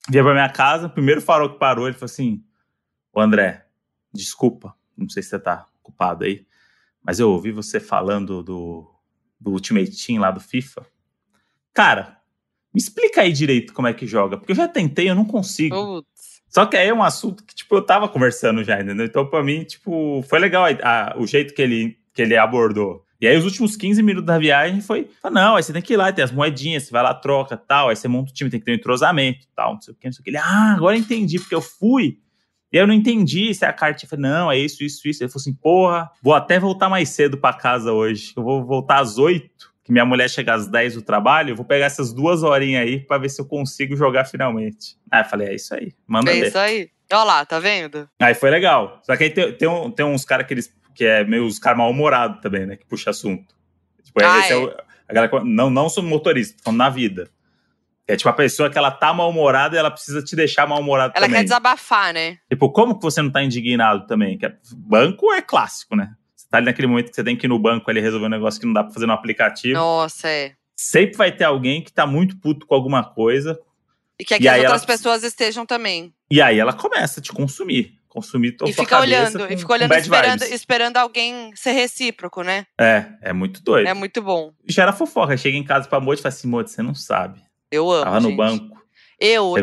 Vinha pra minha casa, o primeiro farol que parou, ele falou assim, ô André, desculpa, não sei se você tá ocupado aí, mas eu ouvi você falando do Ultimate Team lá do FIFA. Cara, me explica aí direito como é que joga, porque eu já tentei, eu não consigo. Putz. Só que aí é um assunto que, tipo, eu tava conversando já, entendeu? Então, pra mim, tipo, foi legal o jeito que ele abordou. E aí, os últimos 15 minutos da viagem foi, não, aí você tem que ir lá, tem as moedinhas, você vai lá, troca, tal, aí você monta o time, tem que ter um entrosamento, tal, não sei o que, não sei o que. Ele, agora eu entendi, porque eu fui, e eu não entendi se a carta, eu falei, não, é isso. Ele falou assim, porra, vou até voltar mais cedo pra casa hoje, eu vou voltar às 8, que minha mulher chega às 10 do trabalho, eu vou pegar essas 2 horinhas aí pra ver se eu consigo jogar finalmente. Aí eu falei, é isso aí, manda ver. É isso aí. Olha lá, tá vendo? Aí foi legal. Só que aí tem uns caras que é meio os caras mal-humorados também, né? Que puxa assunto. Tipo, esse é a galera, não sobre motorista, falando na vida. É tipo a pessoa que ela tá mal-humorada e ela precisa te deixar mal-humorado também. Ela quer desabafar, né? Tipo, como que você não tá indignado também? Banco é clássico, né? Você tá ali naquele momento que você tem que ir no banco ali resolver um negócio que não dá pra fazer no aplicativo. Nossa, é. Sempre vai ter alguém que tá muito puto com alguma coisa. E quer que as outras pessoas estejam também. E aí ela começa a te consumir toda e a sua fica cabeça olhando, com, e fica olhando esperando alguém ser recíproco, né? É muito doido. É muito bom. Já era fofoca. Chega em casa pra Moody e fala assim, Moody, você não sabe. Eu amo, Tava gente. no banco. Eu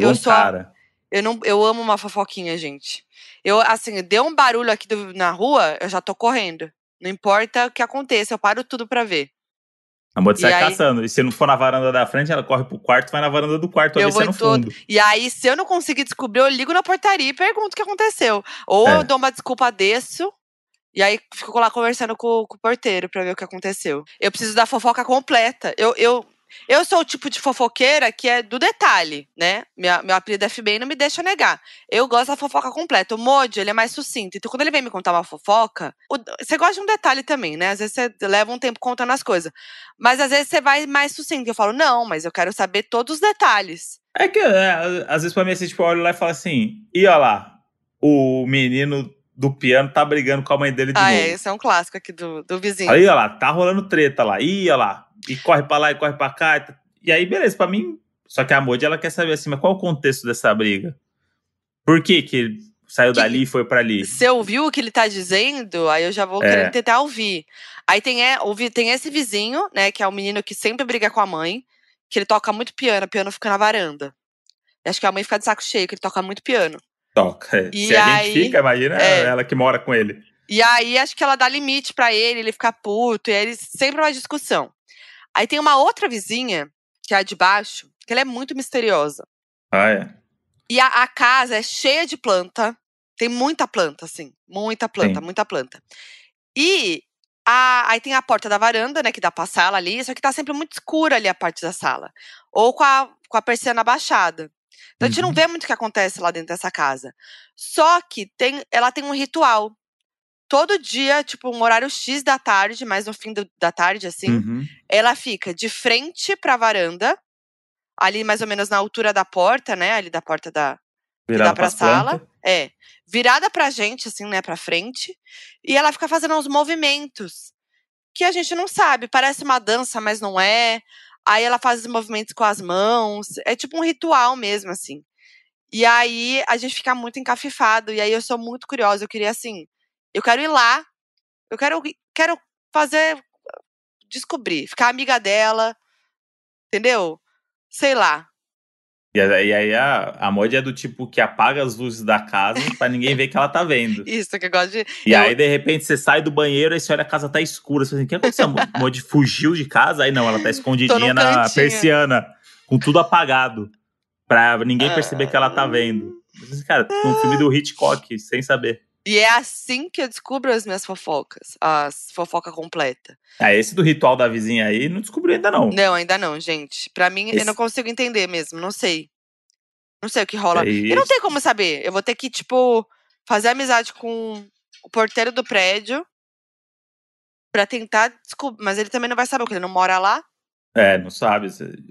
amo uma fofoquinha, gente. Assim, deu um barulho aqui na rua, eu já tô correndo. Não importa o que aconteça, eu paro tudo pra ver. A Moody sai caçando. E se não for na varanda da frente, ela corre pro quarto, vai na varanda do quarto pra ver se é no fundo. E aí, se eu não conseguir descobrir, eu ligo na portaria e pergunto o que aconteceu. Ou eu dou uma desculpa, desço, e aí fico lá conversando com o porteiro pra ver o que aconteceu. Eu preciso da fofoca completa. Eu sou o tipo de fofoqueira que é do detalhe, né? Meu apelido FBI não me deixa negar. Eu gosto da fofoca completa. O Moody, ele é mais sucinto. Então, quando ele vem me contar uma fofoca, você gosta de um detalhe também, né? Às vezes você leva um tempo contando as coisas. Mas às vezes você vai mais sucinto. Eu falo, não, mas eu quero saber todos os detalhes. É que, às vezes, pra mim, assim, tipo, eu olho lá e falo assim, e olha lá, o menino do piano tá brigando com a mãe dele de novo. Esse é um clássico aqui do vizinho. Aí, olha lá, tá rolando treta lá, olha lá, e corre pra lá e corre pra cá. E aí, beleza, pra mim. Só que a Moody, ela quer saber assim, mas qual o contexto dessa briga? Por que ele saiu dali e foi pra ali? Você ouviu o que ele tá dizendo? Aí eu já vou querendo tentar ouvir. Aí tem esse vizinho, né, que é o menino que sempre briga com a mãe, que ele toca muito piano, o piano fica na varanda. Acho que a mãe fica de saco cheio, que ele toca muito piano. Toca. Se a gente fica, imagina ela que mora com ele. E aí, acho que ela dá limite pra ele fica puto, e aí eles sempre uma discussão. Aí tem uma outra vizinha, que é a de baixo, que ela é muito misteriosa. E a casa é cheia de planta, tem muita planta, assim, muita planta. E aí tem a porta da varanda, né, que dá pra sala ali, só que tá sempre muito escura ali a parte da sala. Ou com a persiana baixada. Então a gente não vê muito o que acontece lá dentro dessa casa. Só que ela tem um ritual. Todo dia, tipo, um horário X da tarde, mais no fim da tarde, assim, ela fica de frente pra varanda, ali mais ou menos na altura da porta, né, ali da porta que dá pra sala. Virada pra gente, assim, né, pra frente. E ela fica fazendo uns movimentos que a gente não sabe. Parece uma dança, mas não é. Aí ela faz os movimentos com as mãos. É tipo um ritual mesmo, assim. E aí a gente fica muito encafifado. E aí eu sou muito curiosa. Eu queria, assim, eu quero ir lá. Eu quero descobrir, ficar amiga dela. Entendeu? Sei lá. E aí a Moody é do tipo que apaga as luzes da casa pra ninguém ver que ela tá vendo. Isso, que eu gosto de... E aí, de repente, você sai do banheiro e você olha, a casa tá escura. Você fala assim, o que aconteceu? A Moody fugiu de casa? Aí não, ela tá escondidinha na persiana, com tudo apagado, pra ninguém perceber que ela tá vendo. Cara, um filme do Hitchcock, sem saber. E é assim que eu descubro as minhas fofocas, as fofocas completas. Esse do ritual da vizinha aí, não descobri ainda não. Não, ainda não, gente. Pra mim, eu não consigo entender mesmo, não sei. Não sei o que rola. E não tem como saber. Eu vou ter que, tipo, fazer amizade com o porteiro do prédio pra tentar descobrir. Mas ele também não vai saber, porque ele não mora lá. Não sabe.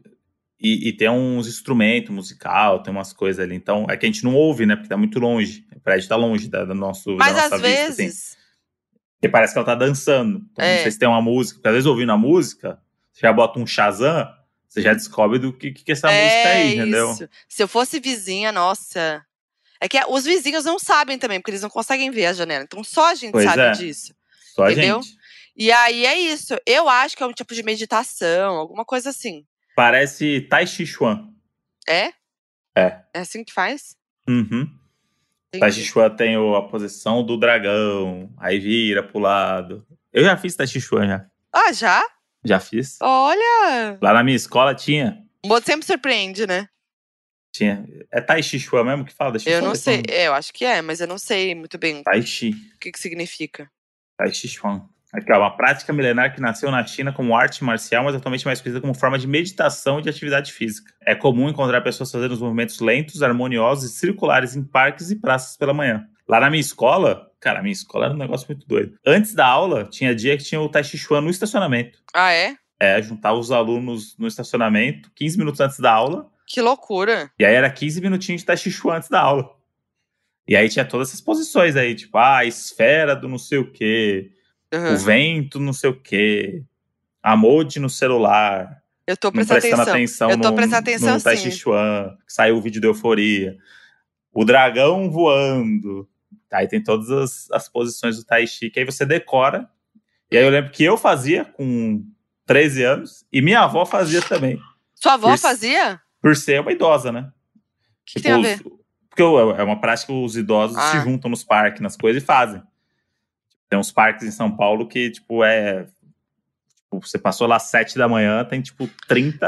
E tem uns instrumentos musical, tem umas coisas ali. Então, é que a gente não ouve, né? Porque tá muito longe. O prédio tá longe da nossa Mas vista. às vezes... Assim. Porque parece que ela tá dançando. Então, não sei se tem uma música. Porque às vezes ouvindo a música, você já bota um Shazam, Você já descobre do que é essa música aí, entendeu? Isso. Se eu fosse vizinha, nossa. É que os vizinhos não sabem também, porque eles não conseguem ver a janela. Então só a gente Pois sabe é, disso. só a Entendeu? gente. E aí é isso. Eu acho que é um tipo de meditação, alguma coisa assim. Parece Tai Chi Chuan. É? É. É assim que faz? Uhum. Tai Chi Entendi. Chuan tem a posição do dragão, aí vira pro lado. Eu já fiz Tai Chi Chuan, já. Ah, já? Já fiz. Olha! Lá na minha escola tinha. O modo sempre surpreende, né? Tinha. É Tai Chi Chuan mesmo que fala? Deixa eu Eu só não ver sei. Eu acho que é, mas eu não sei muito bem Tai Chi. o que significa. Tai Chi Chuan. Aqui, ó, uma prática milenar que nasceu na China como arte marcial, mas atualmente mais conhecida como forma de meditação e de atividade física. É comum encontrar pessoas fazendo os movimentos lentos, harmoniosos e circulares em parques e praças pela manhã. Lá na minha escola, cara, a minha escola era um negócio muito doido. Antes da aula, tinha dia que tinha o Tai Chi Chuan no estacionamento. Ah, é? É, juntava os alunos no estacionamento, 15 minutos antes da aula. Que loucura. E aí era 15 minutinhos de Tai Chi Chuan antes da aula. E aí tinha todas essas posições aí, tipo, a esfera do não sei o quê, o vento não sei o quê, a mode no celular, Eu tô não prestando prestando atenção. atenção Eu tô prestando atenção, no Tai Chi sim. Chuan, que saiu o vídeo da Euforia, o dragão voando. Aí tem todas as posições do Tai Chi, que aí você decora. E aí eu lembro que eu fazia com 13 anos e minha avó fazia também. Sua avó fazia? Por ser uma idosa, né? O que tem a ver? Porque é uma prática que os idosos se juntam nos parques, nas coisas e fazem. Tem uns parques em São Paulo que, tipo, tipo, você passou lá às 7 da manhã, tem, tipo, 30,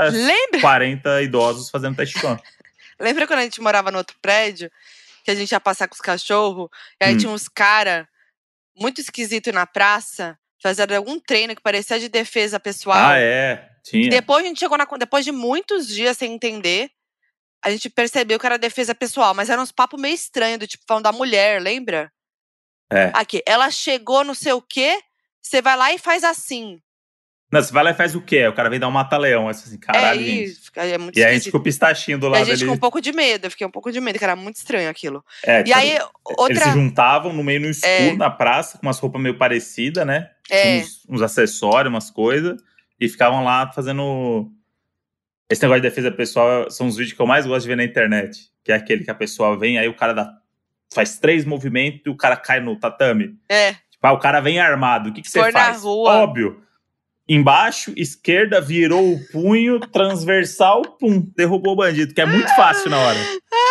40 idosos fazendo Tai Chi Chuan. Lembra quando a gente morava no outro prédio? Que a gente ia passear com os cachorros? E aí tinha uns caras muito esquisitos na praça, fazendo algum treino que parecia de defesa pessoal. Ah, é? Tinha. E depois a gente chegou depois de muitos dias sem entender, a gente percebeu que era defesa pessoal, mas eram uns papos meio estranhos, do tipo, falando da mulher, lembra? É. Aqui, ela chegou não sei o quê, você vai lá e faz assim. Não, você vai lá e faz o quê? O cara vem dar um mata-leão, assim, caralho, gente. É muito E aí a gente ficou pistachinho do lado ali. E a gente ficou ali. um pouco de medo, eu fiquei um pouco de medo, que era muito estranho aquilo. É, E aí, eles se juntavam no meio no escuro, na praça, com umas roupas meio parecidas, né? Uns acessórios, umas coisas, e ficavam lá fazendo... Esse negócio de defesa pessoal são os vídeos que eu mais gosto de ver na internet, que é aquele que a pessoa vem, aí o cara faz 3 movimentos e o cara cai no tatame. Tipo, o cara vem armado, o que você faz? Óbvio. Embaixo, esquerda, virou o punho, transversal, pum, derrubou o bandido, que é muito fácil na hora.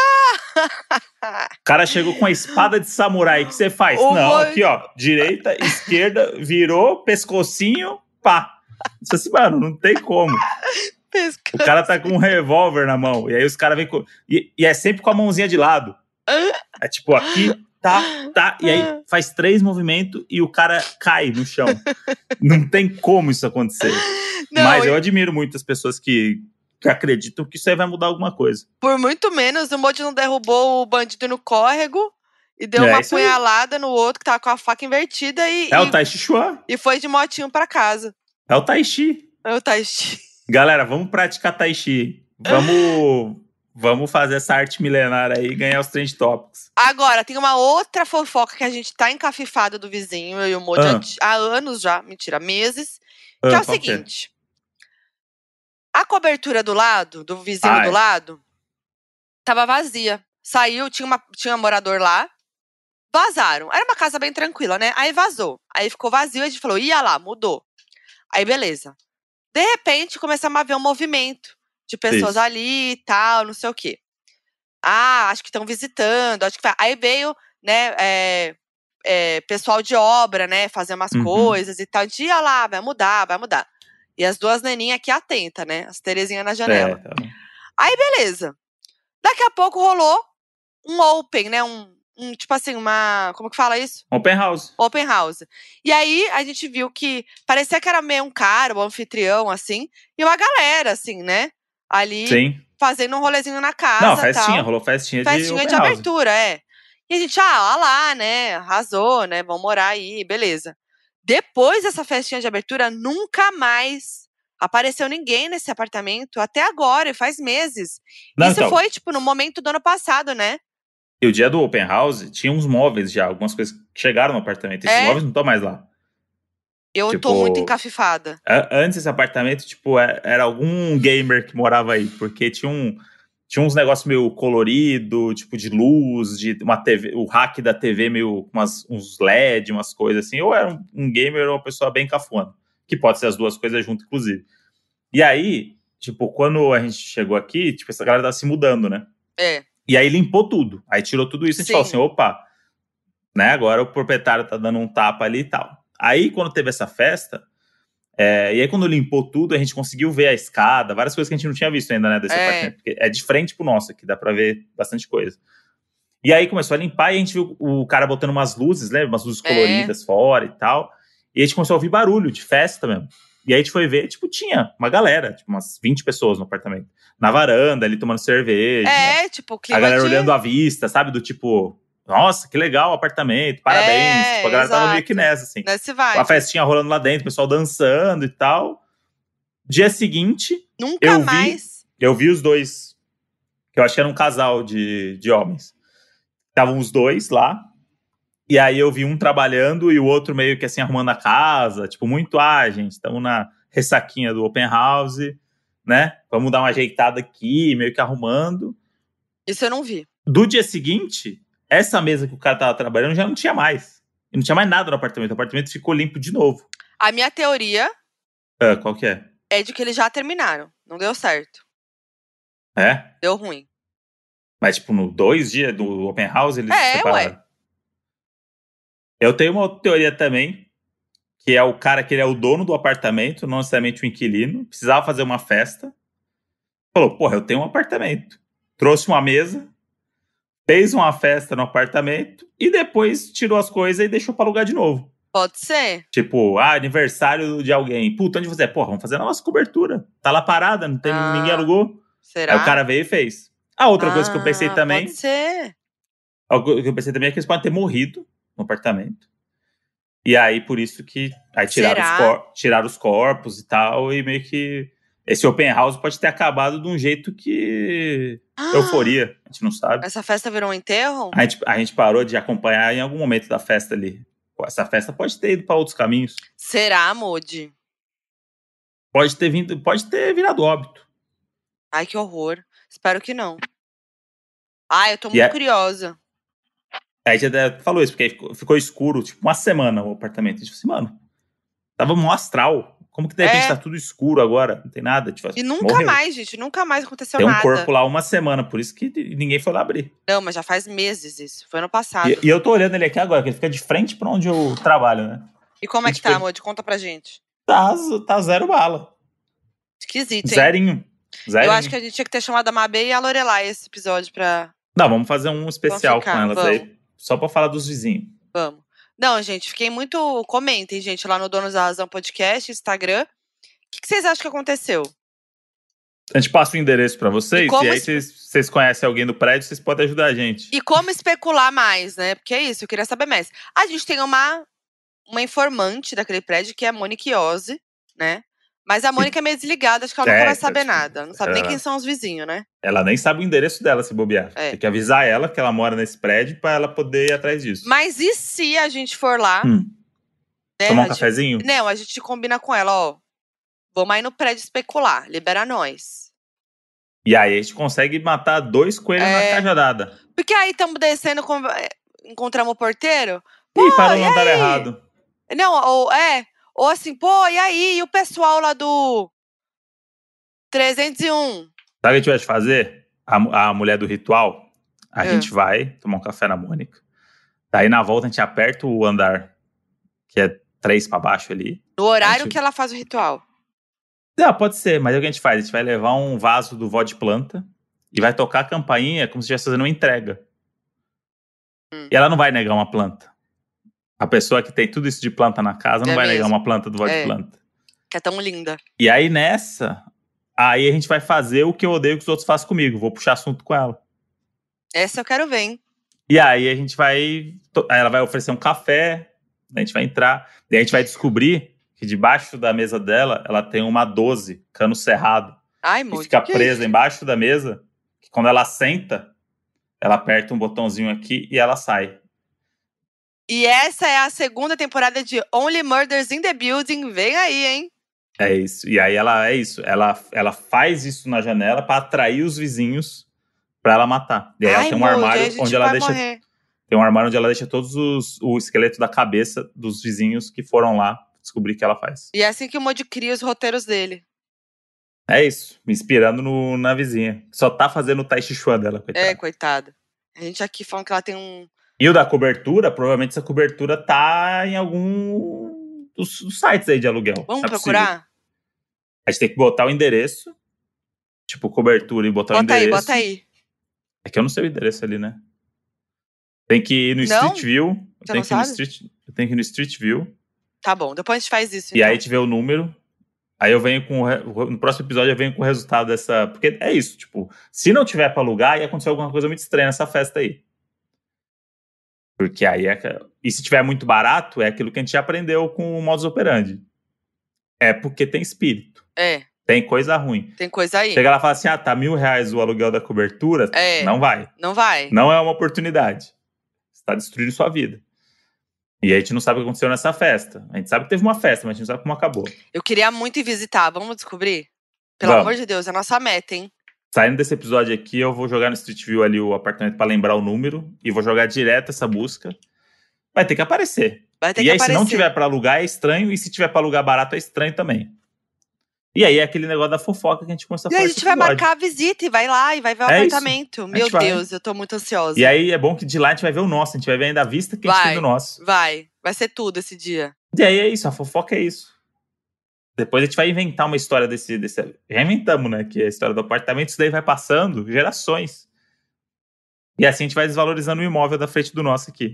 O cara chegou com a espada de samurai, o que você faz? Não, aqui ó, direita, esquerda, virou, pescocinho, pá. Isso assim, mano, não tem como. O cara tá com um revólver na mão, e aí os caras vêm com... E é sempre com a mãozinha de lado. É tipo, aqui, tá, e aí faz 3 movimentos e o cara cai no chão. Não tem como isso acontecer. Não, mas eu admiro muito as pessoas que acreditam que isso aí vai mudar alguma coisa. Por muito menos, o Modi não derrubou o bandido no córrego e deu uma punhalada no outro que tava com a faca invertida e... É o Tai Chi Chuan. E foi de motinho pra casa. É o Tai Chi. É o Tai Chi. Galera, vamos praticar Tai Chi. Vamos fazer essa arte milenar aí e ganhar os Trend Topics. Agora, tem uma outra fofoca que a gente tá encafifado do vizinho, eu e o Modi, há anos já, mentira, meses, que é o seguinte. A cobertura do lado, do vizinho do lado, tava vazia. Saiu, tinha um morador lá, vazaram. Era uma casa bem tranquila, né? Aí vazou. Aí ficou vazio, a gente falou, ia lá, mudou. Aí beleza. De repente, começamos a ver um movimento de pessoas ali e tal, não sei o quê. Ah, acho que estão visitando, acho que vai. Aí veio, né, pessoal de obra, né, fazer umas coisas e tal. A gente ia lá, vai mudar, vai mudar. E as duas neninhas aqui atentas, né, as Terezinha na janela. Aí, beleza. Daqui a pouco rolou um open, né, tipo assim, como que fala isso? Open house. Open house. E aí, a gente viu que parecia que era meio um cara, um anfitrião, assim, e uma galera, assim, né, ali fazendo um rolezinho na casa. Não, festinha, tal. Rolou festinha de open abertura, E a gente, olha lá, né, arrasou, né, vão morar aí, beleza. Depois dessa festinha de abertura, nunca mais apareceu ninguém nesse apartamento, até agora, e faz meses. Não, isso então, foi, tipo, no momento do ano passado, né? E o dia do open house, tinha uns móveis já, algumas coisas que chegaram no apartamento. Esses móveis não estão mais lá. Eu tô muito encafifada. Antes esse apartamento, tipo, era algum gamer que morava aí, porque tinha uns negócios meio colorido, tipo de luz, de uma TV, o hack da TV meio uns LED, umas coisas assim. Ou era um gamer ou uma pessoa bem cafona, que pode ser as duas coisas junto, inclusive. E aí, tipo, quando a gente chegou aqui, tipo, essa galera tava se mudando, né? E aí limpou tudo. Aí tirou tudo isso e a gente falou assim, opa, né? Agora o proprietário tá dando um tapa ali e tal. Aí, quando teve essa festa, e aí quando limpou tudo, a gente conseguiu ver a escada, várias coisas que a gente não tinha visto ainda, né, desse apartamento. Porque é de frente pro nosso aqui, dá pra ver bastante coisa. E aí começou a limpar e a gente viu o cara botando umas luzes, né, umas luzes coloridas fora e tal. E a gente começou a ouvir barulho de festa mesmo. E aí a gente foi ver, tipo, tinha uma galera, tipo, umas 20 pessoas no apartamento. Na varanda, ali tomando cerveja. Tipo, clima a galera olhando a vista, sabe, do tipo... Nossa, que legal o apartamento, parabéns. Tipo, a galera tava meio que nessa, assim. Nesse vibe. A festinha rolando lá dentro, o pessoal dançando e tal. Dia seguinte, eu vi os dois, que eu acho que era um casal de homens. Estavam os dois lá, e aí eu vi um trabalhando e o outro meio que assim, arrumando a casa. Tipo, muito, gente, estamos na ressaquinha do open house, né? Vamos dar uma ajeitada aqui, meio que arrumando. Isso eu não vi. Do dia seguinte... Essa mesa que o cara tava trabalhando já não tinha mais. E não tinha mais nada no apartamento. O apartamento ficou limpo de novo. A minha teoria... Qual que é? É de que eles já terminaram. Não deu certo. Deu ruim. Mas, tipo, no 2 dias do open house, eles se separaram. Eu tenho uma outra teoria também, que é o cara que ele é o dono do apartamento, não necessariamente o inquilino. Precisava fazer uma festa. Falou, porra, eu tenho um apartamento. Trouxe uma mesa... Fez uma festa no apartamento e depois tirou as coisas e deixou pra alugar de novo. Pode ser. Tipo, aniversário de alguém. Puta, onde você é? Porra, vamos fazer a nossa cobertura. Tá lá parada, não tem ninguém alugou. Será? Aí o cara veio e fez. A outra coisa que eu pensei também... Pode ser. O que eu pensei também é que eles podem ter morrido no apartamento. E aí, por isso que... Aí tiraram os corpos e tal, e meio que... Esse open house pode ter acabado de um jeito que... Euforia, a gente não sabe. Essa festa virou um enterro? A gente parou de acompanhar em algum momento da festa ali. Essa festa pode ter ido para outros caminhos. Será, Modi? Pode ter virado óbito. Ai, que horror. Espero que não. Ai, eu tô muito curiosa. Aí já falou isso, porque ficou escuro, tipo, uma semana o apartamento. A gente falou assim, mano, tava mó astral. Como que de repente tá tudo escuro agora? Não tem nada. Tipo, e nunca mais, gente. Nunca mais aconteceu nada. Tem um corpo lá uma semana, por isso que ninguém foi lá abrir. Não, mas já faz meses isso. Foi ano passado. E eu tô olhando ele aqui agora, que ele fica de frente pra onde eu trabalho, né? E como é que tá, Modi? Conta pra gente. Tá zero bala. Esquisito, hein? Zerinho. Eu acho que a gente tinha que ter chamado a Mabê e a Lorelai esse episódio pra... Não, vamos fazer um especial com elas aí. Só pra falar dos vizinhos. Vamos. Não, gente, fiquei muito... Comentem, gente, lá no Donos da Razão Podcast, Instagram. O que vocês acham que aconteceu? A gente passa o endereço pra vocês e aí vocês conhecem alguém do prédio, vocês podem ajudar a gente. E como especular mais, né? Porque é isso, eu queria saber mais. A gente tem uma informante daquele prédio, que é a Monique Iose, né? Mas a Mônica é meio desligada, acho que ela nunca vai saber nada. Não sabe nem quem são os vizinhos, né? Ela nem sabe o endereço dela, se bobear. Tem que avisar ela que ela mora nesse prédio pra ela poder ir atrás disso. Mas e se a gente for lá? Né? Tomar um cafezinho? Não, a gente combina com ela, ó. Vamos aí no prédio especular, libera nós. E aí a gente consegue matar 2 coelhos na cajadada. Porque aí estamos descendo, encontramos o porteiro. Ih, parou no andar errado. Não, ou assim, pô, e aí? E o pessoal lá do 301? Sabe o que a gente vai fazer? A mulher do ritual, a gente vai tomar um café na Mônica. Daí na volta a gente aperta o andar, que é 3 pra baixo ali. No horário que ela faz o ritual. Não, pode ser, mas é o que a gente faz. A gente vai levar um vaso do vó de planta e vai tocar a campainha como se estivesse fazendo uma entrega. E ela não vai negar uma planta. A pessoa que tem tudo isso de planta na casa não vai negar uma planta do vó de planta. Que é tão linda. E aí aí a gente vai fazer o que eu odeio que os outros façam comigo. Vou puxar assunto com ela. Essa eu quero ver, hein? E aí a gente vai... Ela vai oferecer um café, a gente vai entrar. E a gente vai descobrir que debaixo da mesa dela, ela tem uma 12, cano cerrado. Ai, e fica presa embaixo da mesa, que quando ela senta, ela aperta um botãozinho aqui e ela sai. E essa é a segunda temporada de Only Murders in the Building. Vem aí, hein? É isso. E aí ela é isso. Ela faz isso na janela pra atrair os vizinhos pra ela matar. E aí ela tem um armário onde ela deixa. Morrer. Tem um armário onde ela deixa todos o esqueleto da cabeça dos vizinhos que foram lá descobrir o que ela faz. E é assim que o Modi cria os roteiros dele. É isso. Me inspirando na vizinha. Só tá fazendo o Tai Chi Chuan dela, coitada. É, coitada. A gente aqui falando que ela tem um... E o da cobertura, provavelmente essa cobertura tá em algum dos sites aí de aluguel. Vamos procurar? Possível. A gente tem que botar o endereço. Tipo, cobertura e botar o endereço. Bota aí. É que eu não sei o endereço ali, né? Tem que ir no Street View. Tem que ir no Street View. Tá bom, depois a gente faz isso. E então. Aí a gente vê o número. Aí eu venho no próximo episódio eu venho com o resultado dessa... Porque é isso, tipo... Se não tiver pra alugar, ia acontecer alguma coisa muito estranha nessa festa aí. Porque aí E se tiver muito barato, é aquilo que a gente já aprendeu com o modus operandi. É porque tem espírito. É. Tem coisa ruim. Tem coisa aí. Chega lá e fala assim, tá R$1.000 o aluguel da cobertura. Não vai. Não vai. Não é uma oportunidade. Você tá destruindo sua vida. E a gente não sabe o que aconteceu nessa festa. A gente sabe que teve uma festa, mas a gente não sabe como acabou. Eu queria muito ir visitar. Vamos descobrir? Pelo amor de Deus, é a nossa meta, hein? Saindo desse episódio aqui, eu vou jogar no Street View ali o apartamento pra lembrar o número. E vou jogar direto essa busca. Vai ter que aparecer. E aí, se não tiver pra alugar, é estranho. E se tiver pra alugar barato, é estranho também. E aí, é aquele negócio da fofoca que a gente começou a falar. E aí, a gente vai marcar a visita e vai lá e vai ver o apartamento. Meu Deus, eu tô muito ansiosa. E aí, é bom que de lá a gente vai ver o nosso. A gente vai ver ainda a vista que a gente tem do nosso. Vai ser tudo esse dia. E aí, é isso. A fofoca é isso. Depois a gente vai inventar uma história desse... Já inventamos, né? Que é a história do apartamento. Isso daí vai passando gerações. E assim a gente vai desvalorizando o imóvel da frente do nosso aqui.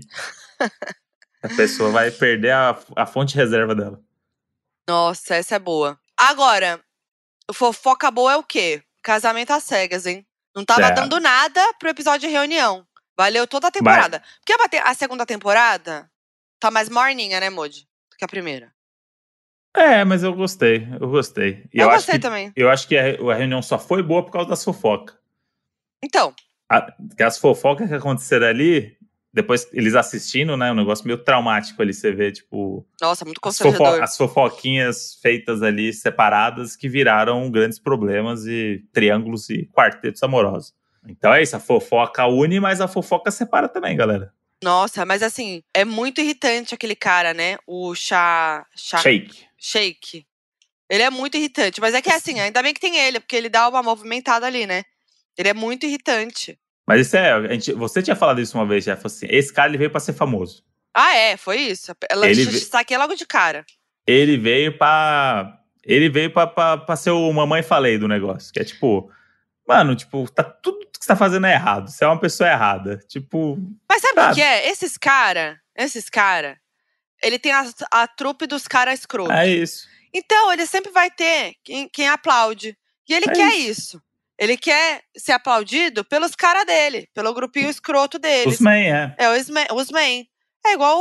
A pessoa vai perder a fonte de reserva dela. Nossa, essa é boa. Agora, o fofoca boa é o quê? Casamento às cegas, hein? Não tava dando nada pro episódio de reunião. Valeu toda a temporada. Porque a segunda temporada tá mais morninha, né, Modi? Do que a primeira. É, mas eu gostei. Eu gostei. E eu gostei também. Eu acho que a reunião só foi boa por causa das fofocas. Então. Que as fofocas que aconteceram ali, depois eles assistindo, né? Um negócio meio traumático ali, você vê, tipo... Nossa, muito constrangedor. As fofoquinhas feitas ali, separadas, que viraram grandes problemas e triângulos e quartetos amorosos. Então é isso, a fofoca une, mas a fofoca separa também, galera. Nossa, mas assim, é muito irritante aquele cara, né? O Shake. Ele é muito irritante, mas é que assim, ainda bem que tem ele, porque ele dá uma movimentada ali, né? Ele é muito irritante. Mas isso você tinha falado isso uma vez, já, assim, esse cara ele veio pra ser famoso. Ah, foi isso. Saquei logo de cara. Ele veio pra ser o mamãe falei do negócio, que é tipo... Mano, tipo, tudo que você tá fazendo é errado. Você é uma pessoa errada. Tipo... Mas sabe o que é? Esses cara, ele tem a trupe dos caras escrotos. É isso. Então, ele sempre vai ter quem aplaude. E ele quer isso. Ele quer ser aplaudido pelos caras dele, pelo grupinho escroto deles. Os men, os men. É igual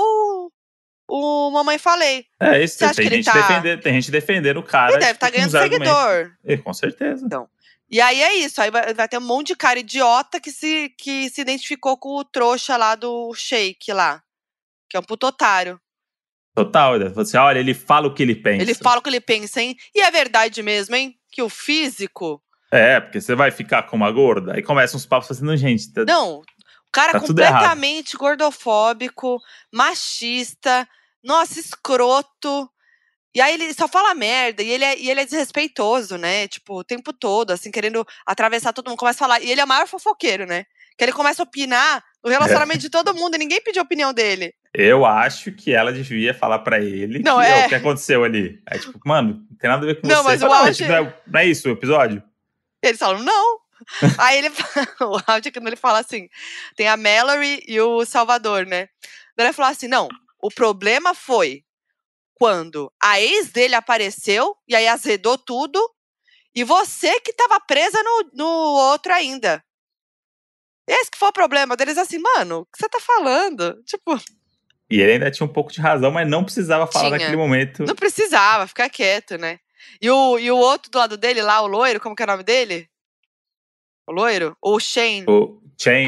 o Mamãe Falei. É isso, tem gente defendendo o cara. Ele deve estar ganhando seguidor. Com certeza. Então. E aí é isso, aí vai ter um monte de cara idiota que se identificou com o trouxa lá do Shake lá. Que é um puto otário. Total, você olha, ele fala o que ele pensa. Ele fala o que ele pensa, hein? E é verdade mesmo, hein? Que o físico... porque você vai ficar com uma gorda, aí começam uns papos fazendo, gente... Não, o cara tá completamente gordofóbico, machista, nossa, escroto... E aí ele só fala merda, e ele é desrespeitoso, né? Tipo, o tempo todo, assim, querendo atravessar todo mundo. Começa a falar, e ele é o maior fofoqueiro, né? Que ele começa a opinar no relacionamento de todo mundo, e ninguém pediu a opinião dele. Eu acho que ela devia falar pra ele o que aconteceu ali. Aí, tipo, mano, não tem nada a ver com você. Mas não é isso o episódio? Eles falam, não. Aí o áudio é quando ele fala assim, tem a Mallory e o Salvador, né? Daí ele falou assim, não, o problema foi quando a ex dele apareceu, e aí azedou tudo, e você que tava presa no outro ainda. Esse que foi o problema deles, assim, mano, o que você tá falando? Tipo... E ele ainda tinha um pouco de razão, mas não precisava falar naquele momento. Não precisava, ficar quieto, né? E o outro do lado dele lá, o loiro, como que é o nome dele? O loiro? O Shane. O Shane.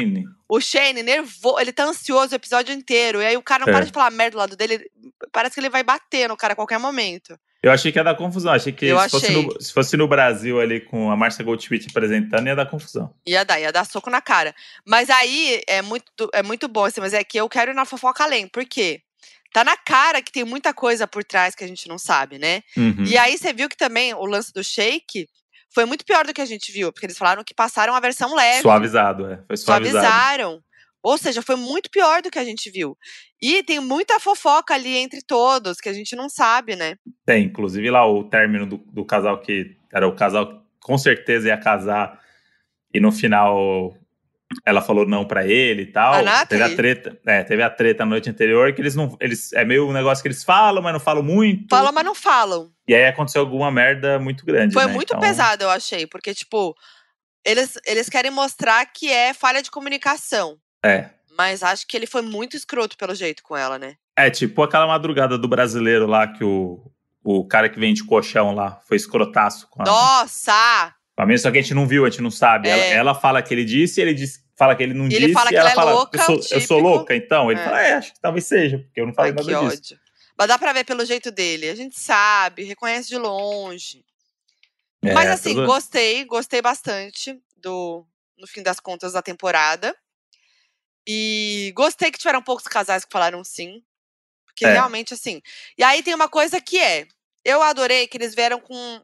O Shane nervoso, ele tá ansioso o episódio inteiro. E aí o cara não para de falar merda do lado dele. Parece que ele vai bater no cara a qualquer momento. Eu achei que ia dar confusão. Achei que se fosse no Brasil ali com a Márcia Goldschmidt apresentando, ia dar confusão. Ia dar soco na cara. Mas aí é muito bom, assim, mas é que eu quero ir na fofoca além. Por quê? Tá na cara que tem muita coisa por trás que a gente não sabe, né? Uhum. E aí você viu que também o lance do shake foi muito pior do que a gente viu, porque eles falaram que passaram a versão leve. Suavizado, Foi suavizado. Suavizaram. Ou seja, foi muito pior do que a gente viu. E tem muita fofoca ali entre todos, que a gente não sabe, né? Tem, inclusive lá o término do casal que era o casal que com certeza ia casar. E no final ela falou não pra ele e tal. Teve a treta na noite anterior, que eles é meio um negócio que eles falam, mas não falam muito. Falam, mas não falam. E aí aconteceu alguma merda muito grande, Foi muito pesado, eu achei. Porque, tipo, eles querem mostrar que é falha de comunicação. Mas acho que ele foi muito escroto pelo jeito com ela, né? Tipo aquela madrugada do brasileiro lá, que o cara que vende colchão lá foi escrotaço com ela. Nossa! Só que a gente não viu, a gente não sabe. Ela fala que ele disse, fala que ele não disse. Ele fala que ela é fala, louca, eu sou louca, então. Ele fala, acho que talvez seja, porque eu não falei nada disso. Ódio. Mas dá pra ver pelo jeito dele. A gente sabe, reconhece de longe. Mas assim, gostei bastante no fim das contas, da temporada. E gostei que tiveram poucos casais que falaram sim. Porque realmente, assim... E aí tem uma coisa que eu adorei que eles vieram com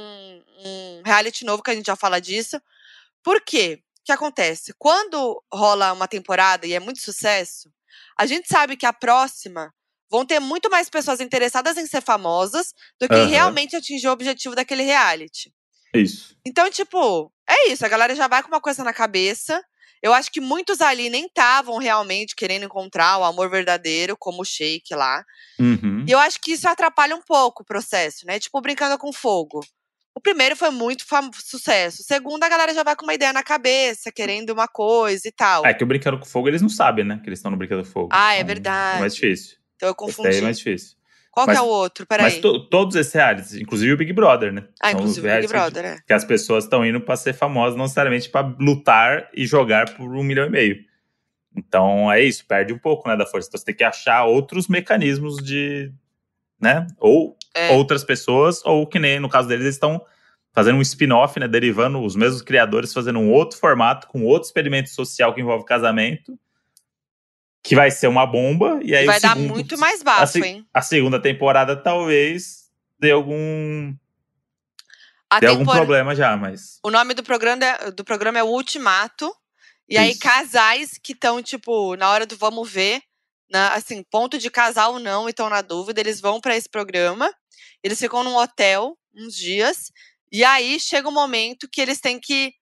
um reality novo, que a gente já fala disso. Por quê? O que acontece? Quando rola uma temporada e é muito sucesso, a gente sabe que a próxima vão ter muito mais pessoas interessadas em ser famosas do que realmente atingir o objetivo daquele reality. Isso. Então, tipo, é isso. A galera já vai com uma coisa na cabeça. Eu acho que muitos ali nem estavam realmente querendo encontrar o amor verdadeiro, como o Shake lá. Uhum. E eu acho que isso atrapalha um pouco o processo, né? Tipo, Brincando com Fogo. O primeiro foi muito sucesso. O segundo, a galera já vai com uma ideia na cabeça, querendo uma coisa e tal. É que o Brincando com Fogo, eles não sabem, né? Que eles estão no Brincando com Fogo. Ah, é verdade. É mais difícil. Então eu confundi. Esse daí é mais difícil. Qual que é o outro? Peraí. Mas todos esses realities, inclusive o Big Brother, né? Inclusive o Big Brother, que as pessoas estão indo pra ser famosas, não necessariamente pra lutar e jogar por 1,5 milhão. Então, é isso, perde um pouco, né, da força. Então, você tem que achar outros mecanismos de, né, ou outras pessoas, ou que nem, no caso deles, eles estão fazendo um spin-off, né, derivando os mesmos criadores, fazendo um outro formato, com outro experimento social que envolve casamento, que vai ser uma bomba, e aí vai dar muito mais bafo, hein? A segunda temporada talvez dê algum problema já, mas... O nome do programa é O Ultimato. E aí, casais que estão, tipo, na hora do vamos ver, assim, ponto de casar ou não, e estão na dúvida, eles vão pra esse programa, eles ficam num hotel uns dias, e aí chega um momento que eles têm que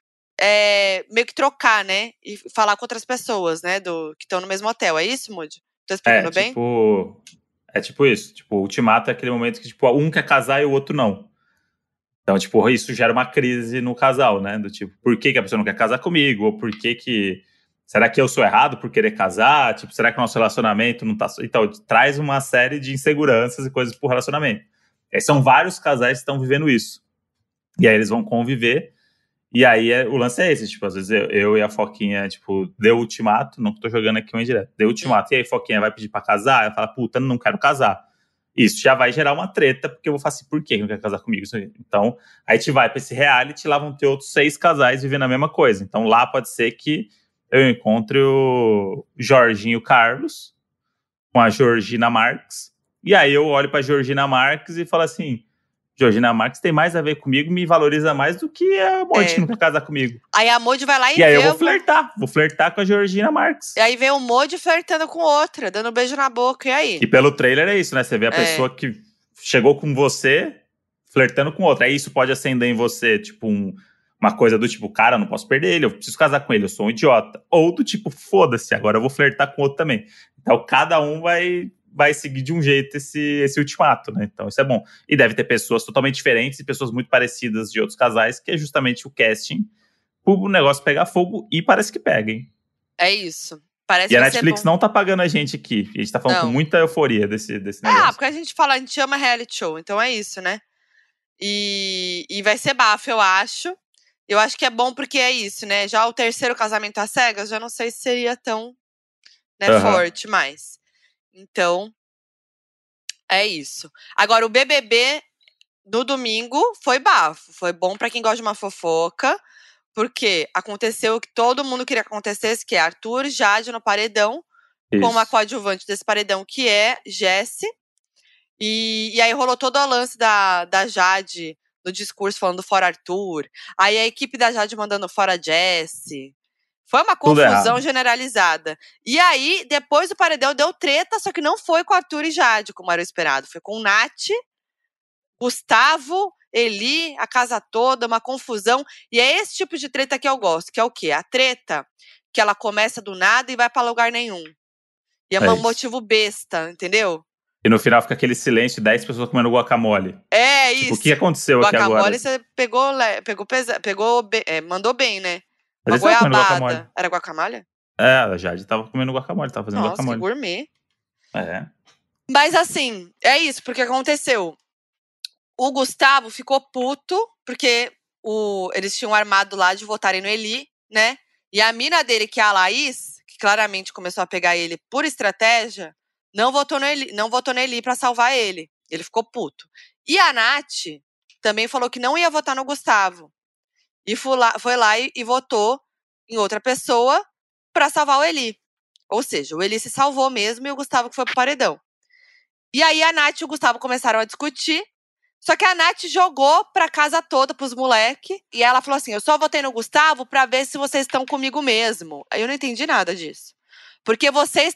meio que trocar, né? E falar com outras pessoas, né? Que estão no mesmo hotel. É isso, Moody? Tô explicando bem? É tipo isso. Tipo, o ultimato é aquele momento que, tipo, um quer casar e o outro não. Então, tipo, isso gera uma crise no casal, né? Do tipo, por que a pessoa não quer casar comigo? Ou por que... Será que eu sou errado por querer casar? Tipo, será que o nosso relacionamento não tá... Então, traz uma série de inseguranças e coisas pro relacionamento. E aí, são vários casais que estão vivendo isso. E aí, eles vão conviver. E aí, o lance é esse. Tipo, às vezes, eu e a Foquinha, tipo, deu ultimato. Não tô jogando aqui um indireto. Deu ultimato. E aí, Foquinha vai pedir pra casar? Ela fala, puta, não quero casar. Isso já vai gerar uma treta, porque eu vou falar assim, por que não quer casar comigo? Então, aí a gente vai pra esse reality, lá vão ter outros 6 casais vivendo a mesma coisa. Então, lá pode ser que eu encontre o Jorginho Carlos com a Georgina Marques. E aí eu olho pra Georgina Marques e falo assim, Georgina Marques tem mais a ver comigo, me valoriza mais do que a Moody que não quer casar comigo. Aí a Moody vai lá e aí eu vou flertar com a Georgina Marques. E aí vem o Moody flertando com outra, dando um beijo na boca, e aí? E pelo trailer é isso, né? Você vê a pessoa que chegou com você flertando com outra. Aí isso pode acender em você, tipo, uma coisa do tipo, cara, eu não posso perder ele, eu preciso casar com ele, eu sou um idiota. Ou do tipo, foda-se, agora eu vou flertar com outro também. Então cada um vai seguir de um jeito esse ultimato, né? Então isso é bom. E deve ter pessoas totalmente diferentes e pessoas muito parecidas de outros casais, que é justamente o casting pro negócio pegar fogo, e parece que pega, hein? É isso. Parece e a Netflix não tá pagando a gente aqui. A gente tá falando com muita euforia desse negócio. Porque a gente ama reality show, então é isso, né? E vai ser bafo, eu acho. Eu acho que é bom porque é isso, né? Já o terceiro casamento às cegas, já não sei se seria tão, né, forte mais. Então, é isso. Agora, o BBB no domingo foi bafo. Foi bom pra quem gosta de uma fofoca, porque aconteceu o que todo mundo queria que acontecesse, que é Arthur, Jade no paredão, com uma coadjuvante desse paredão, que é Jessi. E aí rolou todo o lance da Jade no discurso falando fora Arthur. Aí a equipe da Jade mandando fora Jessi. Foi uma confusão generalizada. E aí, depois do paredão, deu treta, só que não foi com Arthur e Jade, como era esperado. Foi com Nath, Gustavo, Eli, a casa toda, uma confusão. E é esse tipo de treta que eu gosto, que é o quê? A treta que ela começa do nada e vai pra lugar nenhum. E é um motivo besta, entendeu? E no final fica aquele silêncio, 10 pessoas comendo guacamole. É isso. O que aconteceu aqui agora? Guacamole você mandou bem, né? Uma goiabada. Era guacamole? A Jade tava comendo guacamole, tava fazendo guacamole. Nossa, que gourmet. Mas assim, é isso, porque aconteceu. O Gustavo ficou puto, porque eles tinham armado lá de votarem no Eli, né? E a mina dele, que é a Laís, que claramente começou a pegar ele por estratégia, não votou no Eli pra salvar ele. Ele ficou puto. E a Nath também falou que não ia votar no Gustavo. E foi lá e votou em outra pessoa pra salvar o Eli. Ou seja, o Eli se salvou mesmo e o Gustavo que foi pro paredão. E aí a Nath e o Gustavo começaram a discutir. Só que a Nath jogou pra casa toda, pros moleques. E ela falou assim, eu só votei no Gustavo pra ver se vocês estão comigo mesmo. Aí eu não entendi nada disso. Porque vocês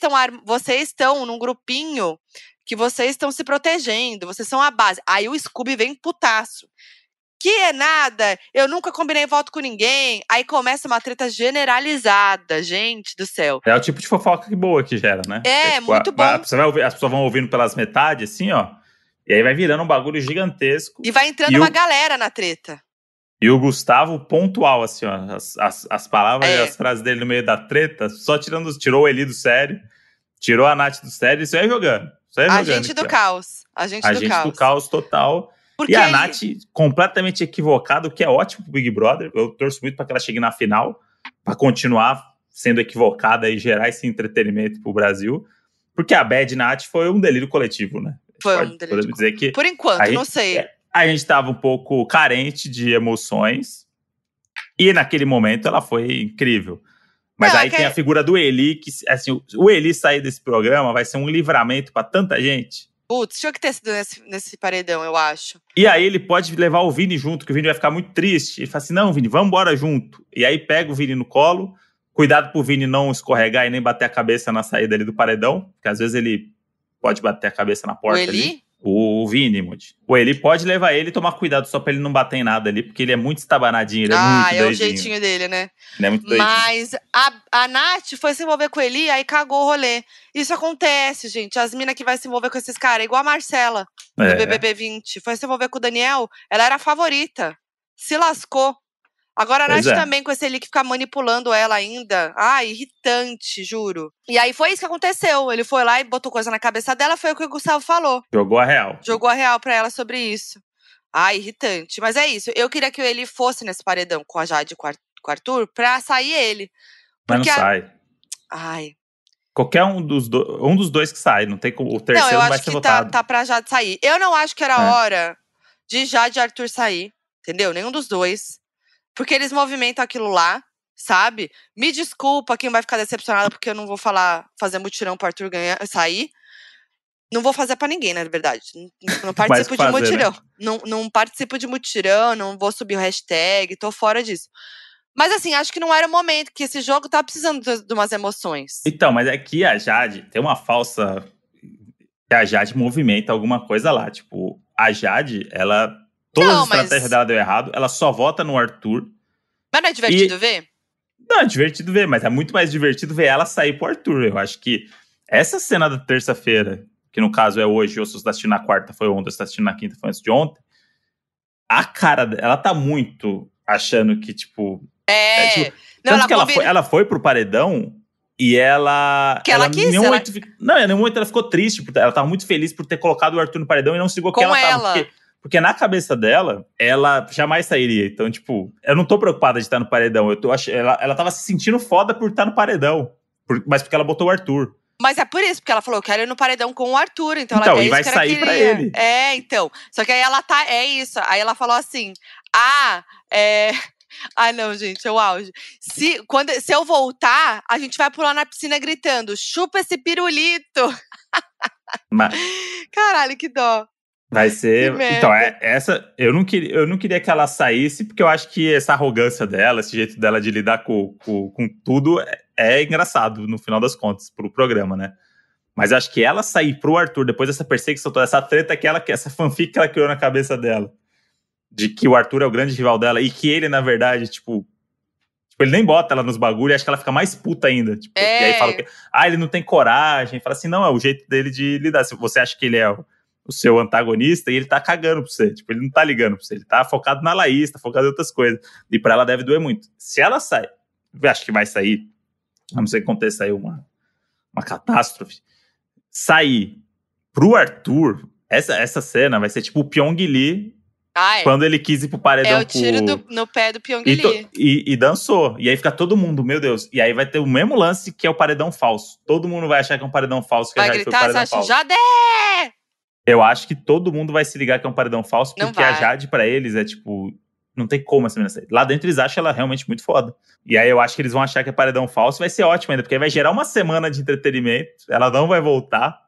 estão num grupinho que vocês estão se protegendo, vocês são a base. Aí o Scooby vem putaço. Que é nada, eu nunca combinei voto com ninguém. Aí começa uma treta generalizada, gente do céu. É o tipo de fofoca boa que gera, né? Tipo, muito bom. As pessoas vão ouvindo pelas metades, assim, ó. E aí vai virando um bagulho gigantesco. E vai entrando uma galera na treta. E o Gustavo pontual, assim, ó. As palavras e as frases dele no meio da treta, só tirou o Eli do sério, tirou a Nath do sério e só ia jogando. Agente do caos. Agente do caos total. Porque e a Nath completamente equivocada, o que é ótimo pro Big Brother. Eu torço muito para que ela chegue na final, para continuar sendo equivocada e gerar esse entretenimento pro Brasil. Porque a Bad Nath foi um delírio coletivo, né? Podemos dizer que por enquanto, não sei. A gente estava um pouco carente de emoções. E naquele momento ela foi incrível. Mas aí tem a figura do Eli, que assim, o Eli sair desse programa vai ser um livramento para tanta gente. Putz, tinha que ter sido nesse paredão, eu acho. E aí ele pode levar o Vini junto, que o Vini vai ficar muito triste. Ele fala assim, não, Vini, vamos embora junto. E aí pega o Vini no colo, cuidado pro Vini não escorregar e nem bater a cabeça na saída ali do paredão, porque às vezes ele pode bater a cabeça na porta ali. O Eli? O Vini, Moody. O Eli pode levar ele e tomar cuidado só pra ele não bater em nada ali, porque ele é muito estabanadinho, ele é muito doidinho. É o jeitinho dele, né? Ele é muito doidinho. Mas a Nath foi se envolver com o Eli, aí cagou o rolê. Isso acontece, gente. As minas que vai se envolver com esses caras, igual a Marcela, do BBB 20. Foi se envolver com o Daniel, ela era a favorita. Se lascou. Agora a Nath também, com esse Eli que fica manipulando ela ainda. Irritante, juro. E aí foi isso que aconteceu. Ele foi lá e botou coisa na cabeça dela, foi o que o Gustavo falou. Jogou a real. Jogou a real pra ela sobre isso. Irritante. Mas é isso. Eu queria que ele fosse nesse paredão com a Jade e com o Arthur pra sair ele. Porque mas não sai. Qualquer um dos dois que sai. Não tem o terceiro não vai ser votado. Eu acho que tá pra Jade sair. Eu não acho que era hora de Jade e Arthur sair. Entendeu? Nenhum dos dois. Porque eles movimentam aquilo lá, sabe? Me desculpa quem vai ficar decepcionado, porque eu não vou fazer mutirão pro Arthur sair. Não vou fazer pra ninguém, na verdade. Não participo de mutirão. Né? Não participo de mutirão, não vou subir o hashtag, tô fora disso. Mas assim, acho que não era o momento, que esse jogo tá precisando de umas emoções. Então, mas é que a Jade tem uma falsa... que a Jade movimenta alguma coisa lá. Tipo, a Jade, ela... Todas as estratégias dela deu errado. Ela só vota no Arthur. Mas não é divertido ver? Não, é divertido ver. Mas é muito mais divertido ver ela sair pro Arthur. Eu acho que essa cena da terça-feira, que no caso é hoje, ou se você tá assistindo na quarta, foi ontem, se você tá assistindo na quinta, foi antes de ontem. A cara dela, ela tá muito achando que, tipo... Não, tanto que ela foi pro paredão e ela... Que ela quis. Em nenhum momento ela ficou triste. Ela tava muito feliz por ter colocado o Arthur no paredão e não seguiu que ela tava. Porque na cabeça dela, ela jamais sairia. Então, tipo, eu não tô preocupada de estar no paredão. Ela tava se sentindo foda por estar no paredão. Mas porque ela botou o Arthur. Mas é por isso, porque ela falou, eu quero ir no paredão com o Arthur. Então é e isso vai que ela sair queria. Pra ele. Então. Só que aí ela é isso. Aí ela falou assim, Ai, não, gente, é o auge. Se eu voltar, a gente vai pular na piscina gritando, chupa esse pirulito. Caralho, que dó. Vai ser. Então, essa. Eu não queria que ela saísse, porque eu acho que essa arrogância dela, esse jeito dela de lidar com tudo, é engraçado, no final das contas, pro programa, né? Mas eu acho que ela sair pro Arthur, depois dessa perseguição toda, essa treta essa fanfic que ela criou na cabeça dela, de que o Arthur é o grande rival dela, e que ele, na verdade, tipo ele nem bota ela nos bagulhos, e acho que ela fica mais puta ainda. Tipo, E aí fala que ele não tem coragem. Fala assim, não, é o jeito dele de lidar. Se você acha que ele é o seu antagonista, e ele tá cagando pra você. Tipo, ele não tá ligando pra você. Ele tá focado na Laís, tá focado em outras coisas. E pra ela deve doer muito. Se ela sai, acho que vai sair, a não ser que aconteça aí uma catástrofe, sair pro Arthur, essa cena vai ser tipo o Pyong Lee quando ele quis ir pro paredão. É o tiro no pé do Pyong Lee. E dançou. E aí fica todo mundo, meu Deus. E aí vai ter o mesmo lance que é o paredão falso. Todo mundo vai achar que é um paredão falso. Que vai a Jade gritar, foi o paredão falso. Jade! Eu acho que todo mundo vai se ligar que é um paredão falso, porque a Jade, pra eles, é tipo... Não tem como essa menina sair. Lá dentro eles acham ela realmente muito foda. E aí eu acho que eles vão achar que é paredão falso. Vai ser ótimo ainda, porque aí vai gerar uma semana de entretenimento. Ela não vai voltar.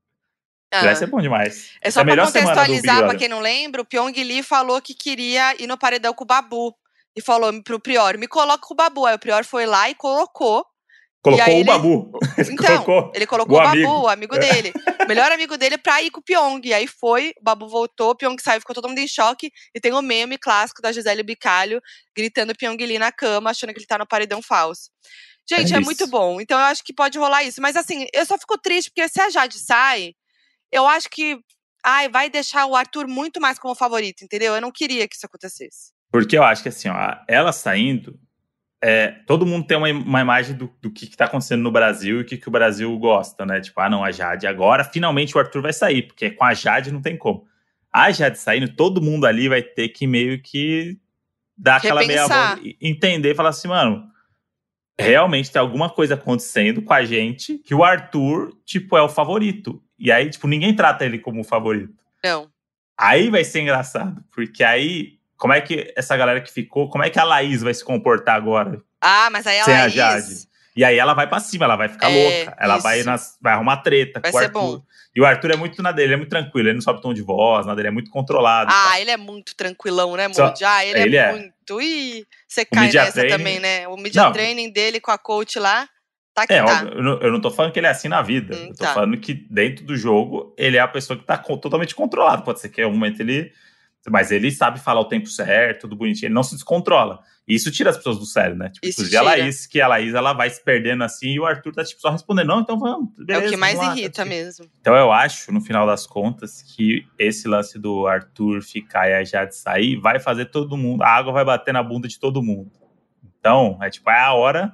Vai ser bom demais. É só pra contextualizar, pra quem não lembra, o Pyong Lee falou que queria ir no paredão com o Babu. E falou pro Prior, me coloca com o Babu. Aí o Prior foi lá e colocou. Colocou o Babu. Então, ele colocou o Babu, o amigo dele. O melhor amigo dele pra ir com o Pyong. E aí foi, o Babu voltou, o Pyong saiu, ficou todo mundo em choque. E tem o meme clássico da Gisele Bicalho gritando Pyong Lee na cama, achando que ele tá no paredão falso. Gente, é muito bom. Então eu acho que pode rolar isso. Mas assim, eu só fico triste, porque se a Jade sai, eu acho que vai deixar o Arthur muito mais como favorito, entendeu? Eu não queria que isso acontecesse. Porque eu acho que assim, ela saindo, todo mundo tem uma imagem do que tá acontecendo no Brasil e o que o Brasil gosta, né? Tipo, não, a Jade agora, finalmente o Arthur vai sair, porque com a Jade não tem como. A Jade saindo, todo mundo ali vai ter que meio que dar aquela meia volta, entender, falar assim, mano, realmente tem alguma coisa acontecendo com a gente que o Arthur, tipo, é o favorito. E aí, tipo, ninguém trata ele como o favorito. Não. Aí vai ser engraçado, porque aí, como é que essa galera que ficou, como é que a Laís vai se comportar agora? Mas aí sem a Jade. E aí ela vai pra cima, ela vai ficar louca. Ela vai arrumar treta com o Arthur. Bom. E o Arthur é muito na dele, ele é muito tranquilo, ele não sobe tom de voz, nada, ele é muito controlado. Ele é muito tranquilão, né, Moody? Ele é muito. Ih, você cai nessa também, né? O media training dele com a coach lá, tá que tá. Eu não tô falando que ele é assim na vida. Eu tô falando que dentro do jogo, ele é a pessoa que tá totalmente controlado. Pode ser que em algum momento ele... Mas ele sabe falar o tempo certo, tudo bonitinho, ele não se descontrola. E isso tira as pessoas do sério, né? Tipo, inclusive a Laís, ela vai se perdendo assim, e o Arthur tá tipo, só respondendo, não, então vamos, beleza. É o que mais irrita mesmo. Então eu acho, no final das contas, que esse lance do Arthur ficar e a Jade sair vai fazer todo mundo, a água vai bater na bunda de todo mundo. Então, é a hora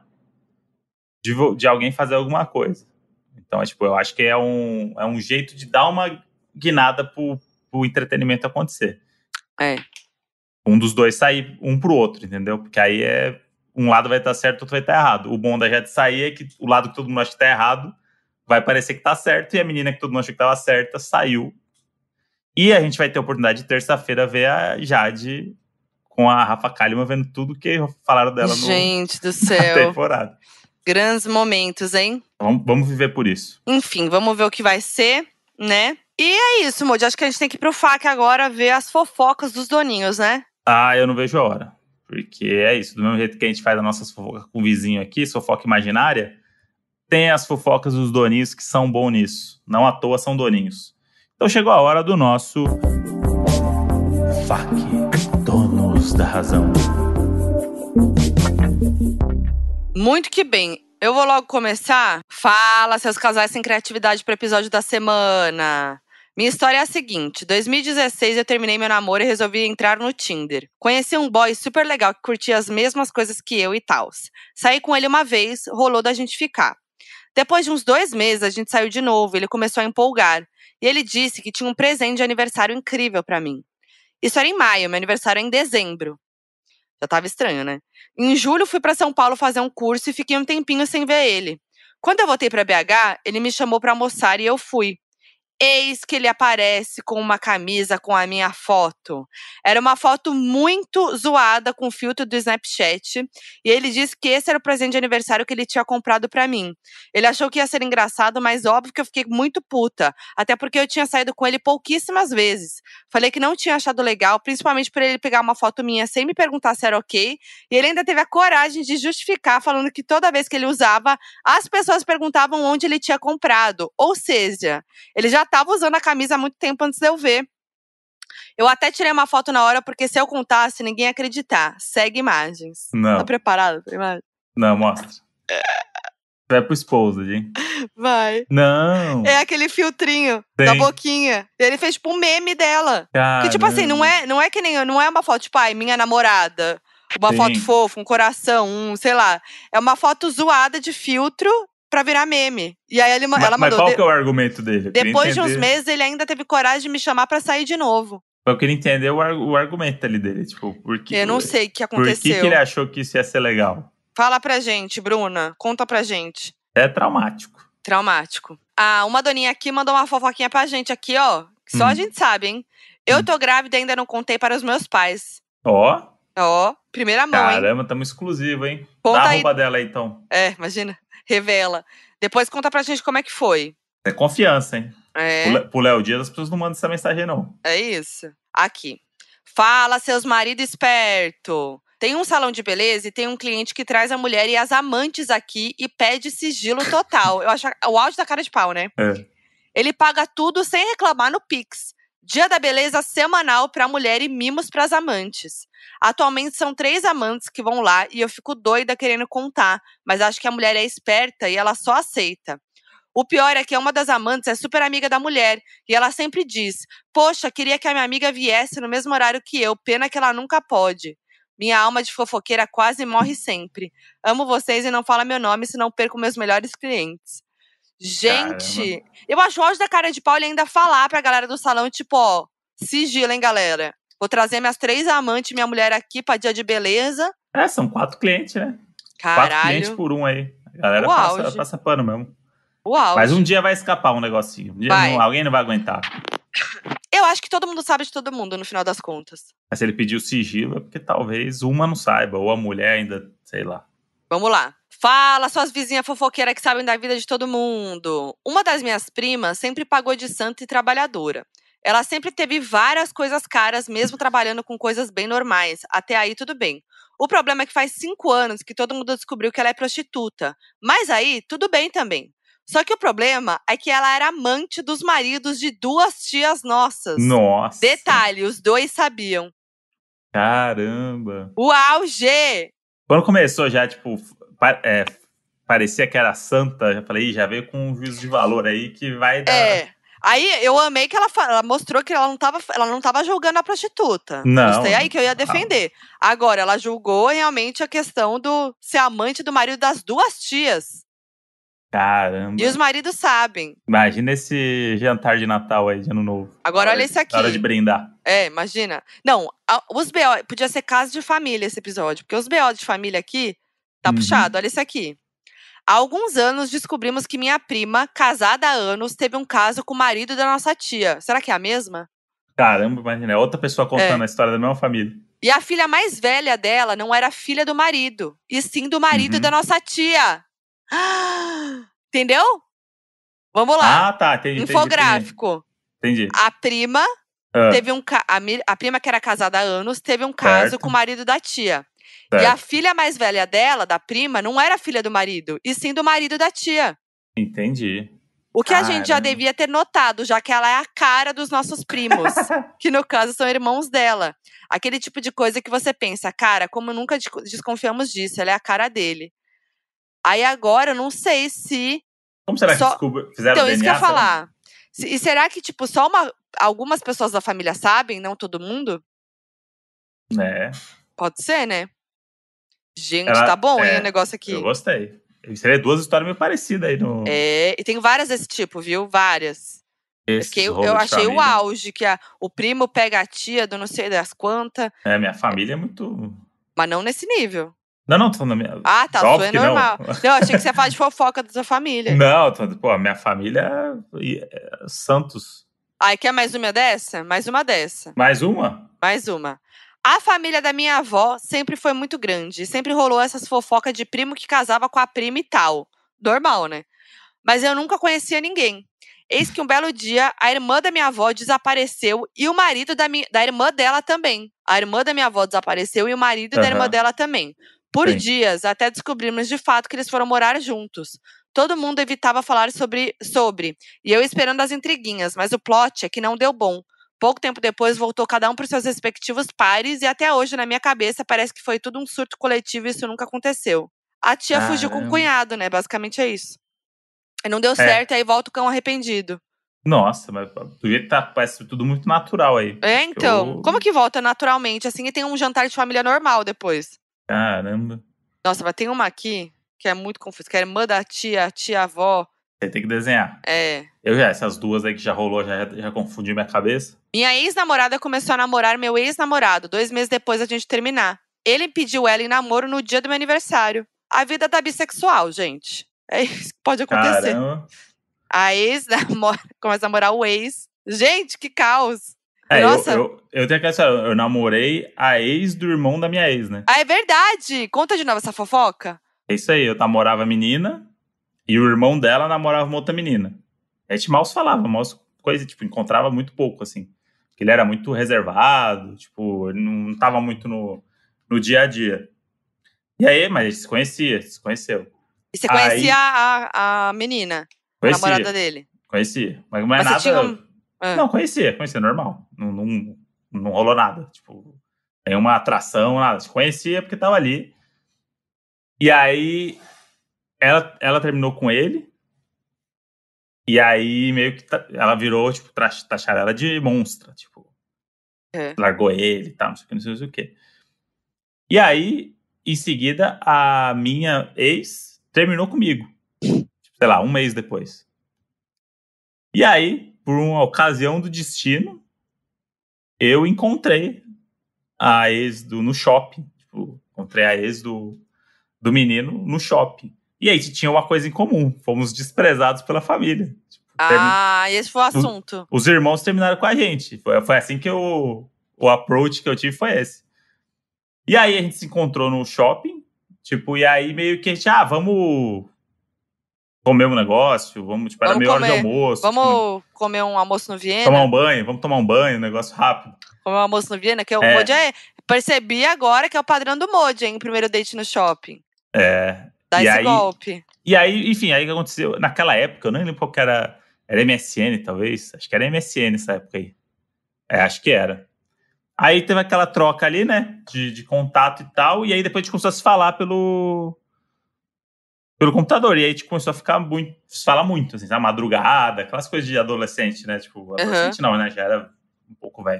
de alguém fazer alguma coisa. Então, eu acho que é um jeito de dar uma guinada pro entretenimento acontecer. Um dos dois sair um pro outro, entendeu? Porque aí um lado vai estar certo, o outro vai estar errado. O bom da Jade sair é que o lado que todo mundo acha que tá errado vai parecer que tá certo, e a menina que todo mundo achou que tava certa saiu. E a gente vai ter a oportunidade de terça-feira ver a Jade com a Rafa Kalimann vendo tudo que falaram dela gente do céu. Na temporada. Grandes momentos, hein? Vamos viver por isso. Enfim, vamos ver o que vai ser, né? E é isso, Moody. Acho que a gente tem que ir pro FAQ agora ver as fofocas dos doninhos, né? Eu não vejo a hora. Porque é isso. Do mesmo jeito que a gente faz as nossas fofocas com o vizinho aqui, fofoca imaginária, tem as fofocas dos doninhos que são bons nisso. Não à toa são doninhos. Então chegou a hora do nosso FAQ, Donos da Razão. Muito que bem. Eu vou logo começar. Fala, seus casais sem criatividade pro episódio da semana. Minha história é a seguinte. Em 2016, eu terminei meu namoro e resolvi entrar no Tinder. Conheci um boy super legal que curtia as mesmas coisas que eu e tals. Saí com ele uma vez, rolou da gente ficar. Depois de uns 2 meses, a gente saiu de novo e ele começou a empolgar. E ele disse que tinha um presente de aniversário incrível pra mim. Isso era em maio, meu aniversário é em dezembro. Já tava estranho, né? Em julho, fui pra São Paulo fazer um curso e fiquei um tempinho sem ver ele. Quando eu voltei pra BH, ele me chamou pra almoçar e eu fui. Eis que ele aparece com uma camisa com a minha foto. Era uma foto muito zoada com o filtro do Snapchat. E ele disse que esse era o presente de aniversário que ele tinha comprado pra mim. Ele achou que ia ser engraçado, mas óbvio que eu fiquei muito puta. Até porque eu tinha saído com ele pouquíssimas vezes. Falei que não tinha achado legal, principalmente por ele pegar uma foto minha sem me perguntar se era ok. E ele ainda teve a coragem de justificar, falando que toda vez que ele usava, as pessoas perguntavam onde ele tinha comprado. Ou seja, ele já estava usando a camisa há muito tempo antes de eu ver. Eu até tirei uma foto na hora, porque se eu contasse, ninguém ia acreditar. Segue imagens. Não. Tá preparado pra imagem? Não, mostra. Vai pro Exposed, hein? Vai. Não. É aquele filtrinho da boquinha. E ele fez tipo um meme dela. Caramba. Que tipo assim, não é que nem, não é uma foto tipo, ai, minha namorada. Uma foto fofa, um coração, sei lá. É uma foto zoada de filtro pra virar meme. E aí ela mandou. Mas qual que é o argumento dele? Depois de uns meses, ele ainda teve coragem de me chamar pra sair de novo. Eu queria entender o argumento ali dele. Tipo, por que. Eu não sei o que aconteceu. Por que ele achou que isso ia ser legal? Fala pra gente, Bruna. Conta pra gente. É traumático. Traumático. Ah, uma doninha aqui mandou uma fofoquinha pra gente aqui, ó. Que só a gente sabe, hein? Eu tô grávida e ainda não contei para os meus pais. Ó. Ó, primeira mão, hein? Caramba, tamo exclusivo, hein? Conta Dá a aí. roupa dela aí, então. É, imagina. Revela. Depois conta pra gente como é que foi. É confiança, hein? É. Pro Léo Dias, as pessoas não mandam essa mensagem, não. É isso. Aqui. Fala, seus maridos esperto. Tem um salão de beleza e tem um cliente que traz a mulher e as amantes aqui e pede sigilo total. Eu acho o áudio da cara de pau, né? É. Ele paga tudo sem reclamar no Pix. Dia da beleza semanal pra mulher e mimos pras amantes. Atualmente são 3 amantes que vão lá e eu fico doida querendo contar, mas acho que a mulher é esperta e ela só aceita. O pior é que uma das amantes é super amiga da mulher e ela sempre diz: poxa, queria que a minha amiga viesse no mesmo horário que eu, pena que ela nunca pode. Minha alma de fofoqueira quase morre sempre. Amo vocês e não fala meu nome, senão perco meus melhores clientes. Gente, caramba. Eu acho o áudio da cara de pau ele ainda falar pra galera do salão, tipo, ó, sigilo, hein, galera? Vou trazer minhas 3 amantes e minha mulher aqui pra dia de beleza. É, são 4 clientes, né? Caralho. 4 clientes por um aí. A galera passa pano mesmo. Mas um dia vai escapar um negocinho. Um dia alguém não vai aguentar. Eu acho que todo mundo sabe de todo mundo, no final das contas. Mas se ele pediu sigilo, é porque talvez uma não saiba, ou a mulher ainda, sei lá. Vamos lá. Fala, suas vizinhas fofoqueiras que sabem da vida de todo mundo. Uma das minhas primas sempre pagou de santa e trabalhadora. Ela sempre teve várias coisas caras, mesmo trabalhando com coisas bem normais. Até aí, tudo bem. O problema é que faz 5 anos que todo mundo descobriu que ela é prostituta. Mas aí, tudo bem também. Só que o problema é que ela era amante dos maridos de 2 tias nossas. Nossa! Detalhe, os 2 sabiam. Caramba! O auge! Quando começou já, tipo, parecia que era santa, já falei, já veio com um juízo de valor aí que vai dar... Aí eu amei que ela mostrou que ela não tava julgando a prostituta. Não. Gostei aí que eu ia defender. Agora, ela julgou realmente a questão do ser amante do marido das 2 tias. Caramba. E os maridos sabem. Imagina esse jantar de Natal aí, de Ano Novo. Agora olha esse aqui. Hora de brindar. É, imagina. Não, os BO, podia ser caso de família esse episódio, porque os BO de família aqui, tá puxado. Olha esse aqui. Há alguns anos descobrimos que minha prima, casada há anos, teve um caso com o marido da nossa tia. Será que é a mesma? Caramba, imagina, é outra pessoa contando a história da mesma família. E a filha mais velha dela não era filha do marido, e sim do marido da nossa tia. Entendeu? Vamos lá. Ah, tá, entendi. Infográfico. Entendi. A prima teve a prima que era casada há anos teve um caso com o marido da tia. Certo. E a filha mais velha dela, da prima, não era filha do marido, e sim do marido da tia. Entendi. O que a gente já devia ter notado, já que ela é a cara dos nossos primos, que no caso são irmãos dela. Aquele tipo de coisa que você pensa, cara, como nunca desconfiamos disso, ela é a cara dele. Aí agora eu não sei se... Como será que fizeram então, DNA? Isso que eu ia falar. E será que, tipo, só algumas pessoas da família sabem, não todo mundo? É. Pode ser, né? Gente, tá bom, hein, o negócio aqui. Eu gostei. Seria 2 histórias meio parecidas aí no... E tem várias desse tipo, viu? Várias. Eu achei o auge, que o primo pega a tia do não sei das quantas. Minha família é muito... Mas não nesse nível. Não, tô falando da minha... Ah, tá, Óbvio sua é que normal. Não, achei que você ia falar de fofoca da sua família. Não, pô, minha família é Santos. Ai, quer mais uma dessa? Mais uma dessa. Mais uma? Mais uma. A família da minha avó sempre foi muito grande. Sempre rolou essas fofocas de primo que casava com a prima e tal. Normal, né? Mas eu nunca conhecia ninguém. Eis que um belo dia, a irmã da minha avó desapareceu e o marido da irmã dela também. A irmã da minha avó desapareceu e o marido da irmã dela também. Por dias, até descobrimos de fato que eles foram morar juntos. Todo mundo evitava falar sobre, e eu esperando as intriguinhas, mas o plot é que não deu bom. Pouco tempo depois, voltou cada um para os seus respectivos pares e até hoje, na minha cabeça, parece que foi tudo um surto coletivo e isso nunca aconteceu. A tia fugiu com o cunhado, né? Basicamente é isso. E não deu certo, aí volta o cão arrependido. Nossa, mas do jeito que parece tudo muito natural aí. Então, como que volta naturalmente, assim, e tem um jantar de família normal depois? Caramba. Nossa, mas tem uma aqui que é muito confusa, que é a irmã da tia, a tia-avó. Você tem que desenhar. Essas duas aí que já rolou, já confundi minha cabeça. Minha ex-namorada começou a namorar meu ex-namorado, 2 meses depois da gente terminar. Ele pediu ela em namoro no dia do meu aniversário. A vida da bissexual, gente. É isso que pode acontecer. Caramba. A ex começa a namorar o ex. Gente, que caos. Nossa. Eu tenho que dizer, eu namorei a ex do irmão da minha ex, né? Ah, é verdade! Conta de novo essa fofoca. É isso aí, eu namorava a menina e o irmão dela namorava uma outra menina. A gente mal se falava, encontrava muito pouco, assim. Porque ele era muito reservado, ele não tava muito no dia a dia. E aí, mas a gente se conheceu. E você conhecia a menina? Conhecia, a namorada dele? Conhecia, mas não é nada... Não, conhecia, normal. Não rolou nada, nenhuma atração, nada. Conhecia porque tava ali. E aí, ela terminou com ele. E aí, meio que ela virou, taxaram ela de monstra. Largou ele e tal, não sei o quê. E aí, em seguida, a minha ex terminou comigo. Sei lá, 1 mês depois. E aí, por uma ocasião do destino, eu encontrei a ex no shopping. Encontrei a ex do menino no shopping. E aí tinha uma coisa em comum. Fomos desprezados pela família. Esse foi o assunto. Os irmãos terminaram com a gente. Foi assim que o approach que eu tive foi esse. E aí a gente se encontrou no shopping. E aí meio que a gente, vamos comer um negócio, era meia hora de almoço. Vamos comer um almoço no Viena? Vamos tomar um banho, um negócio rápido. Comer um almoço no Viena, que é o Modi. Percebi agora que é o padrão do Modi, hein? O primeiro date no shopping. Dá esse golpe. E aí, enfim, aí o que aconteceu? Naquela época, eu não lembro qual que era. Era MSN, talvez? Acho que era MSN nessa época aí. Acho que era. Aí teve aquela troca ali, né? De contato e tal. E aí depois a gente começou a se falar pelo computador. E aí a gente começou a falar muito, assim, madrugada, aquelas coisas de adolescente, né? Adolescente não, né? Já era um pouco velho.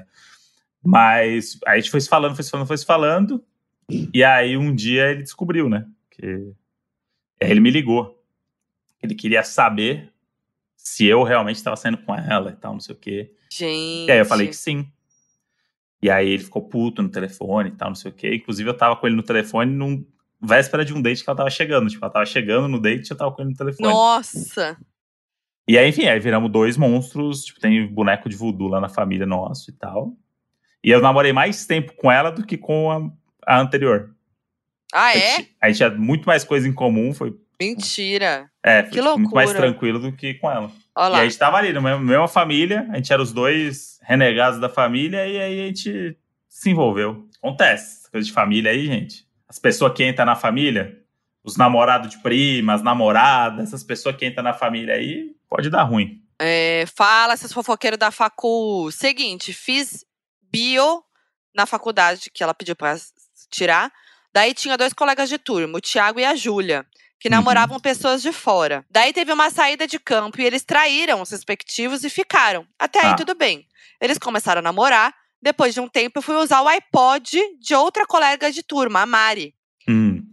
Mas aí a gente foi se falando. E aí um dia ele descobriu, né? Aí ele me ligou. Ele queria saber se eu realmente estava saindo com ela e tal, não sei o quê. Gente. E aí eu falei que sim. E aí ele ficou puto no telefone e tal, não sei o quê. Inclusive eu tava com ele no telefone véspera de um date que ela tava chegando. Ela tava chegando no date e eu tava com ele no telefone. Nossa! E aí, enfim, aí viramos 2 monstros. Tem boneco de voodoo lá na família nosso e tal. E eu namorei mais tempo com ela do que com a anterior. É? A gente tinha muito mais coisa em comum. Mentira! Foi que loucura. Muito mais tranquilo do que com ela. Olá. E a gente tava ali, na mesma família. A gente era os 2 renegados da família. E aí a gente se envolveu. Acontece, essa coisa de família aí, gente. As pessoas que entram na família, os namorados de prima, as namoradas, essas pessoas que entram na família aí, pode dar ruim. Fala, esses fofoqueiros da facu. Seguinte, fiz bio na faculdade, que ela pediu pra tirar. Daí tinha 2 colegas de turma, o Thiago e a Júlia, que namoravam pessoas de fora. Daí teve uma saída de campo e eles traíram os respectivos e ficaram. Até aí tudo bem. Eles começaram a namorar. Depois de um tempo, eu fui usar o iPod de outra colega de turma, a Mari.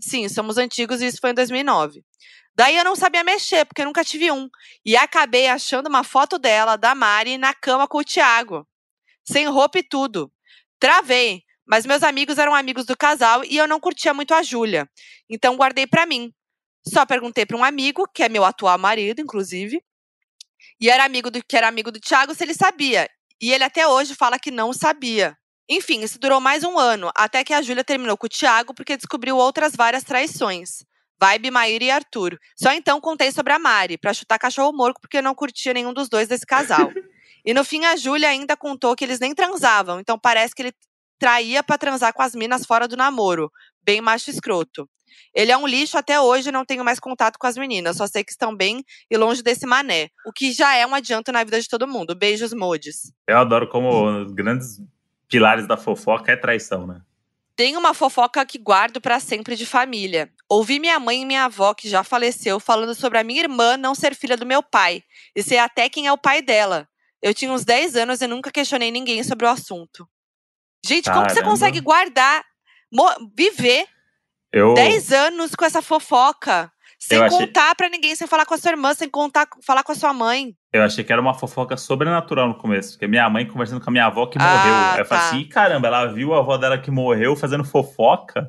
Sim, somos antigos e isso foi em 2009. Daí eu não sabia mexer, porque eu nunca tive um. E acabei achando uma foto dela, da Mari, na cama com o Thiago. Sem roupa e tudo. Travei, mas meus amigos eram amigos do casal e eu não curtia muito a Júlia. Então guardei pra mim. Só perguntei pra um amigo, que é meu atual marido, inclusive, e que era amigo do Thiago, se ele sabia. E ele até hoje fala que não sabia. Enfim, isso durou mais um ano, até que a Júlia terminou com o Thiago porque descobriu outras várias traições. Vibe, Maíra e Arthur. Só então contei sobre a Mari, pra chutar cachorro morto porque eu não curtia nenhum dos dois desse casal. E no fim a Júlia ainda contou que eles nem transavam, então parece que ele traía pra transar com as minas fora do namoro. Bem macho escroto. Ele é um lixo até hoje, não tenho mais contato com as meninas, só sei que estão bem e longe desse mané. O que já é um adianto na vida de todo mundo. Beijos, modes. Eu adoro como os grandes pilares da fofoca é traição, né? Tem uma fofoca que guardo pra sempre de família. Ouvi minha mãe e minha avó, que já faleceu, falando sobre a minha irmã não ser filha do meu pai. E sei até quem é o pai dela. Eu tinha uns 10 anos e nunca questionei ninguém sobre o assunto. Gente, como que você consegue guardar, viver 10 anos com essa fofoca? Sem contar pra ninguém, sem falar com a sua irmã, sem falar com a sua mãe. Eu achei que era uma fofoca sobrenatural no começo, porque minha mãe conversando com a minha avó que morreu. Aí eu falei assim, caramba, ela viu a avó dela que morreu fazendo fofoca?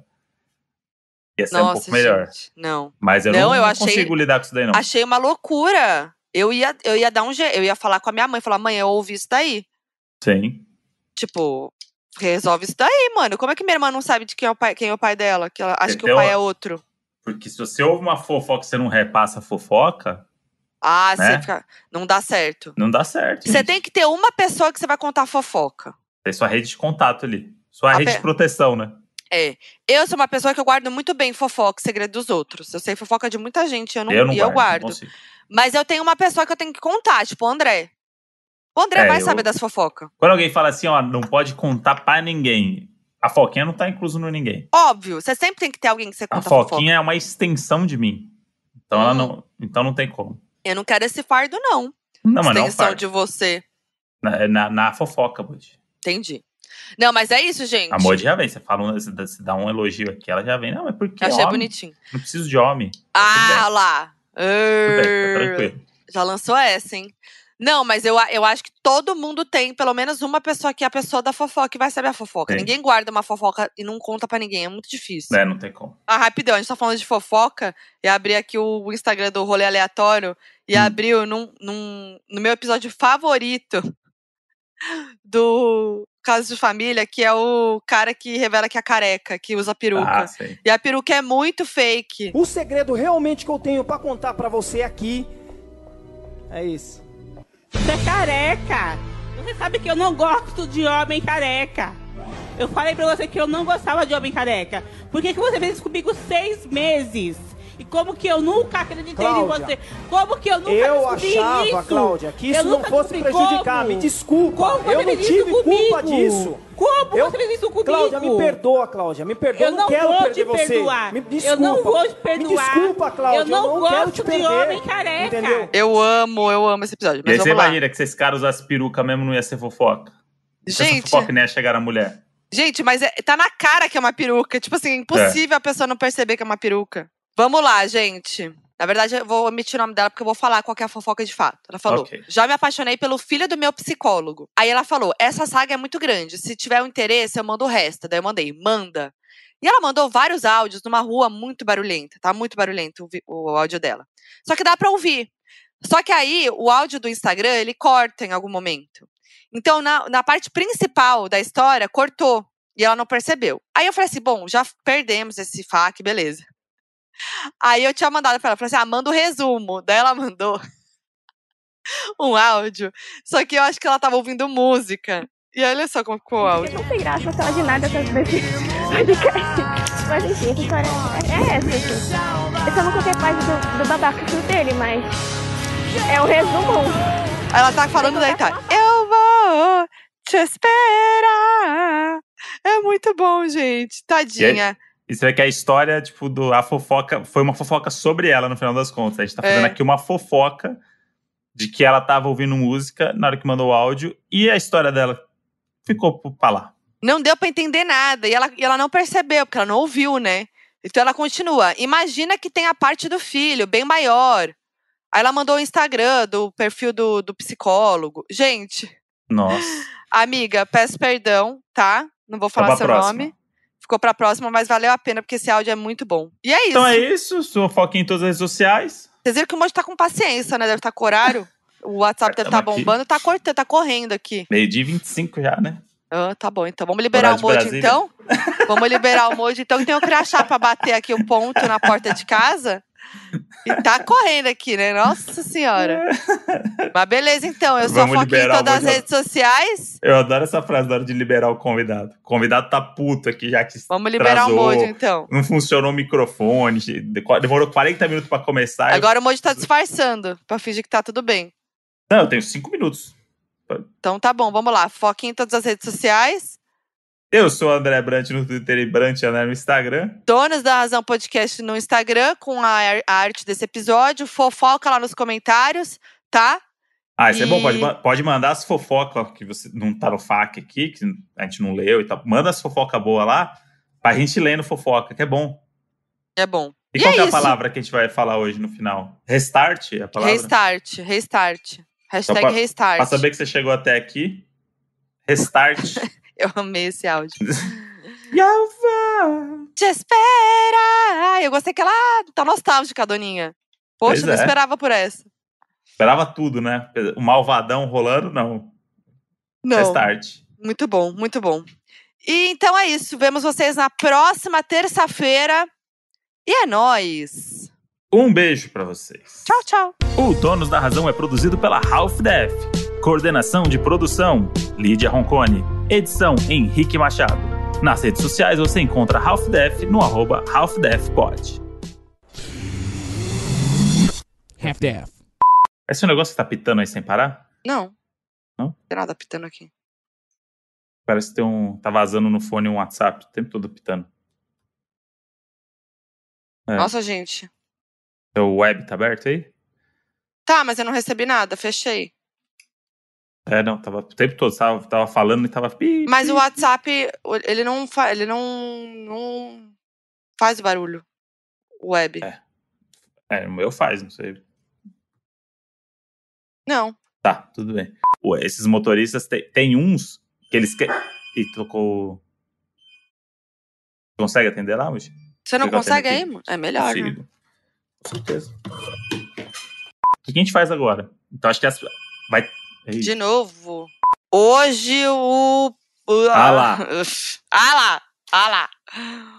Ia ser um pouco melhor. Gente, não. Mas eu não consigo lidar com isso daí, não. Achei uma loucura. Eu ia dar um jeito, eu ia falar com a minha mãe, falar, mãe, eu ouvi isso daí. Sim. Tipo, resolve isso daí, mano. Como é que minha irmã não sabe de quem é o pai dela? Que ela acha que o pai é outro. Porque se você ouve uma fofoca e você não repassa a fofoca… Ah, né? Não dá certo. Não dá certo. Você tem que ter uma pessoa que você vai contar fofoca. Tem sua rede de contato ali. Sua rede de proteção, né? É. Eu sou uma pessoa que eu guardo muito bem fofoca, segredo dos outros. Eu sei fofoca de muita gente, eu guardo. Mas eu tenho uma pessoa que eu tenho que contar, tipo o André. O André vai saber das fofocas. Quando alguém fala assim, ó, não pode contar pra ninguém, a Foquinha não tá incluso no ninguém. Óbvio, você sempre tem que ter alguém que você conta fofoca. A Foquinha é uma extensão de mim. Então ela não. Então não tem como. Eu não quero esse fardo, não. Não, mas não. Extensão de você. Na fofoca, Bud. Entendi. Não, mas é isso, gente. A Moji já vem. Você dá um elogio aqui, ela já vem. Não, mas por que? Eu achei bonitinho. Não preciso de homem. Ah, lá. Tudo bem, tá tranquilo. Já lançou essa, hein? Não, mas eu acho que todo mundo tem pelo menos uma pessoa que é a pessoa da fofoca que vai saber a fofoca. Sim. Ninguém guarda uma fofoca e não conta pra ninguém. É muito difícil. É, não tem como. Ah, rapidão, a gente tá falando de fofoca. E abri aqui o Instagram do Rolê Aleatório. E abriu no meu episódio favorito do Caso de Família, que é o cara que revela que é careca, que usa peruca. Ah, sim. E a peruca é muito fake. O segredo realmente que eu tenho pra contar pra você aqui é isso. Você é careca. Você sabe que eu não gosto de homem careca. Eu falei pra você que eu não gostava de homem careca. Por que você fez isso comigo 6 meses? E como que eu nunca acreditei Cláudia, em você? Como que eu nunca descobri isso? Eu achava, Cláudia, que isso não fosse prejudicar. Como? Me desculpa. Como eu não tive culpa disso. Como você fez isso comigo? Cláudia, me perdoa, Cláudia. Me perdoa. Eu não quero vou perder te perdoar. Você. Me desculpa. Eu não vou te perdoar. Me desculpa, Cláudia. Eu não quero te gosto perder. de homem careca. Entendeu? Eu amo esse episódio. Mas e aí você imagina que se esse cara usasse peruca mesmo, não ia ser fofoca. Gente, essa fofoca nem ia chegar na mulher. Gente, mas tá na cara que é uma peruca. Tipo assim, é impossível a pessoa não perceber que é uma peruca. Vamos lá, gente. Na verdade, eu vou omitir o nome dela porque eu vou falar qual que é a fofoca de fato. Ela falou, já me apaixonei pelo filho do meu psicólogo. Aí ela falou, essa saga é muito grande. Se tiver um interesse, eu mando o resto. Daí eu mandei, manda. E ela mandou vários áudios numa rua muito barulhenta. Tá muito barulhento o áudio dela. Só que dá pra ouvir. Só que aí, o áudio do Instagram, ele corta em algum momento. Então, na parte principal da história, cortou. E ela não percebeu. Aí eu falei assim, bom, já perdemos esse FAQ, beleza. Aí eu tinha mandado pra ela, falei assim, manda o resumo. Daí ela mandou um áudio, só que eu acho que ela tava ouvindo música. E olha só como ficou o áudio. Não tem graça falar de nada desse podcast. Mas enfim, essa história é essa, assim. Eu só não contei parte do babaca dele, mas é o resumo. Ela tá falando daí, tá? Eu vou te esperar. É muito bom, gente. Tadinha. E você vê que a história, tipo, a fofoca, foi uma fofoca sobre ela, no final das contas. A gente tá fazendo aqui uma fofoca de que ela tava ouvindo música na hora que mandou o áudio e a história dela ficou pra lá. Não deu pra entender nada. E ela não percebeu, porque ela não ouviu, né? Então ela continua. Imagina que tem a parte do filho, bem maior. Aí ela mandou o Instagram do perfil do psicólogo. Gente. Nossa. Amiga, peço perdão, tá? Não vou falar seu nome. Ficou pra próxima, mas valeu a pena, porque esse áudio é muito bom. E é isso. Então é isso. Fofoquinha em todas as redes sociais. Vocês viram que o Moji tá com paciência, né? Deve estar com horário. O WhatsApp deve estar bombando. Tá cortando, tá correndo aqui. 12h25 já, né? Tá bom, então. Vamos liberar o Moji, então? Vamos liberar o Moji, então. Que tem um crachá pra bater aqui o ponto na porta de casa. E tá correndo aqui, né? Nossa Senhora. Mas beleza, então. Eu sou a Foquinha em todas as redes sociais. Eu adoro essa frase na hora de liberar o convidado. O convidado tá puto aqui, já que vamos liberar o Moji, então. Não funcionou o microfone. Demorou 40 minutos pra começar. Agora o Moji tá disfarçando, pra fingir que tá tudo bem. Não, eu tenho 5 minutos. Então tá bom, vamos lá. Foquinha em todas as redes sociais. Eu sou o André Brant no Twitter e Brant no Instagram. Donos da Razão Podcast no Instagram, com a arte desse episódio. Fofoca lá nos comentários, tá? Isso é bom. Pode mandar as fofocas que você não tá no FAQ aqui, que a gente não leu e tal. Manda as fofocas boas lá, pra gente ler no fofoca, que é bom. É bom. E qual é a palavra que a gente vai falar hoje no final? Restart é a palavra? Restart. Hashtag então, restart. Pra saber que você chegou até aqui, restart. Eu amei esse áudio. Eu vou te espera. Eu gostei que ela tá nostálgica, a Doninha. Poxa, não esperava por essa. Esperava tudo, né? O malvadão rolando, não. Restart. Muito bom, muito bom. E então é isso. Vemos vocês na próxima terça-feira. E é nóis. Um beijo pra vocês. Tchau, tchau. O Donos da Razão é produzido pela Half Def. Coordenação de produção, Lídia Roncone. Edição, Henrique Machado. Nas redes sociais você encontra Half Def no @HalfDefPod. Half Def. Esse negócio que tá pitando aí sem parar? Não. Não? Não tem nada pitando aqui. Parece que tá vazando no fone um WhatsApp o tempo todo pitando. Nossa, gente. Seu web tá aberto aí? Tá, mas eu não recebi nada, fechei. Não, tava o tempo todo, tava falando e tava... Mas o WhatsApp, ele não faz barulho. O web. O meu faz, não sei. Não. Tá, tudo bem. Esses motoristas, tem uns que eles querem... Ih, tocou... Consegue atender lá, hoje? Você não consegue aí? É melhor, consigo. Né? Com certeza. O que a gente faz agora? Então acho que vai... De novo. Hoje o... Ah lá. Ah lá.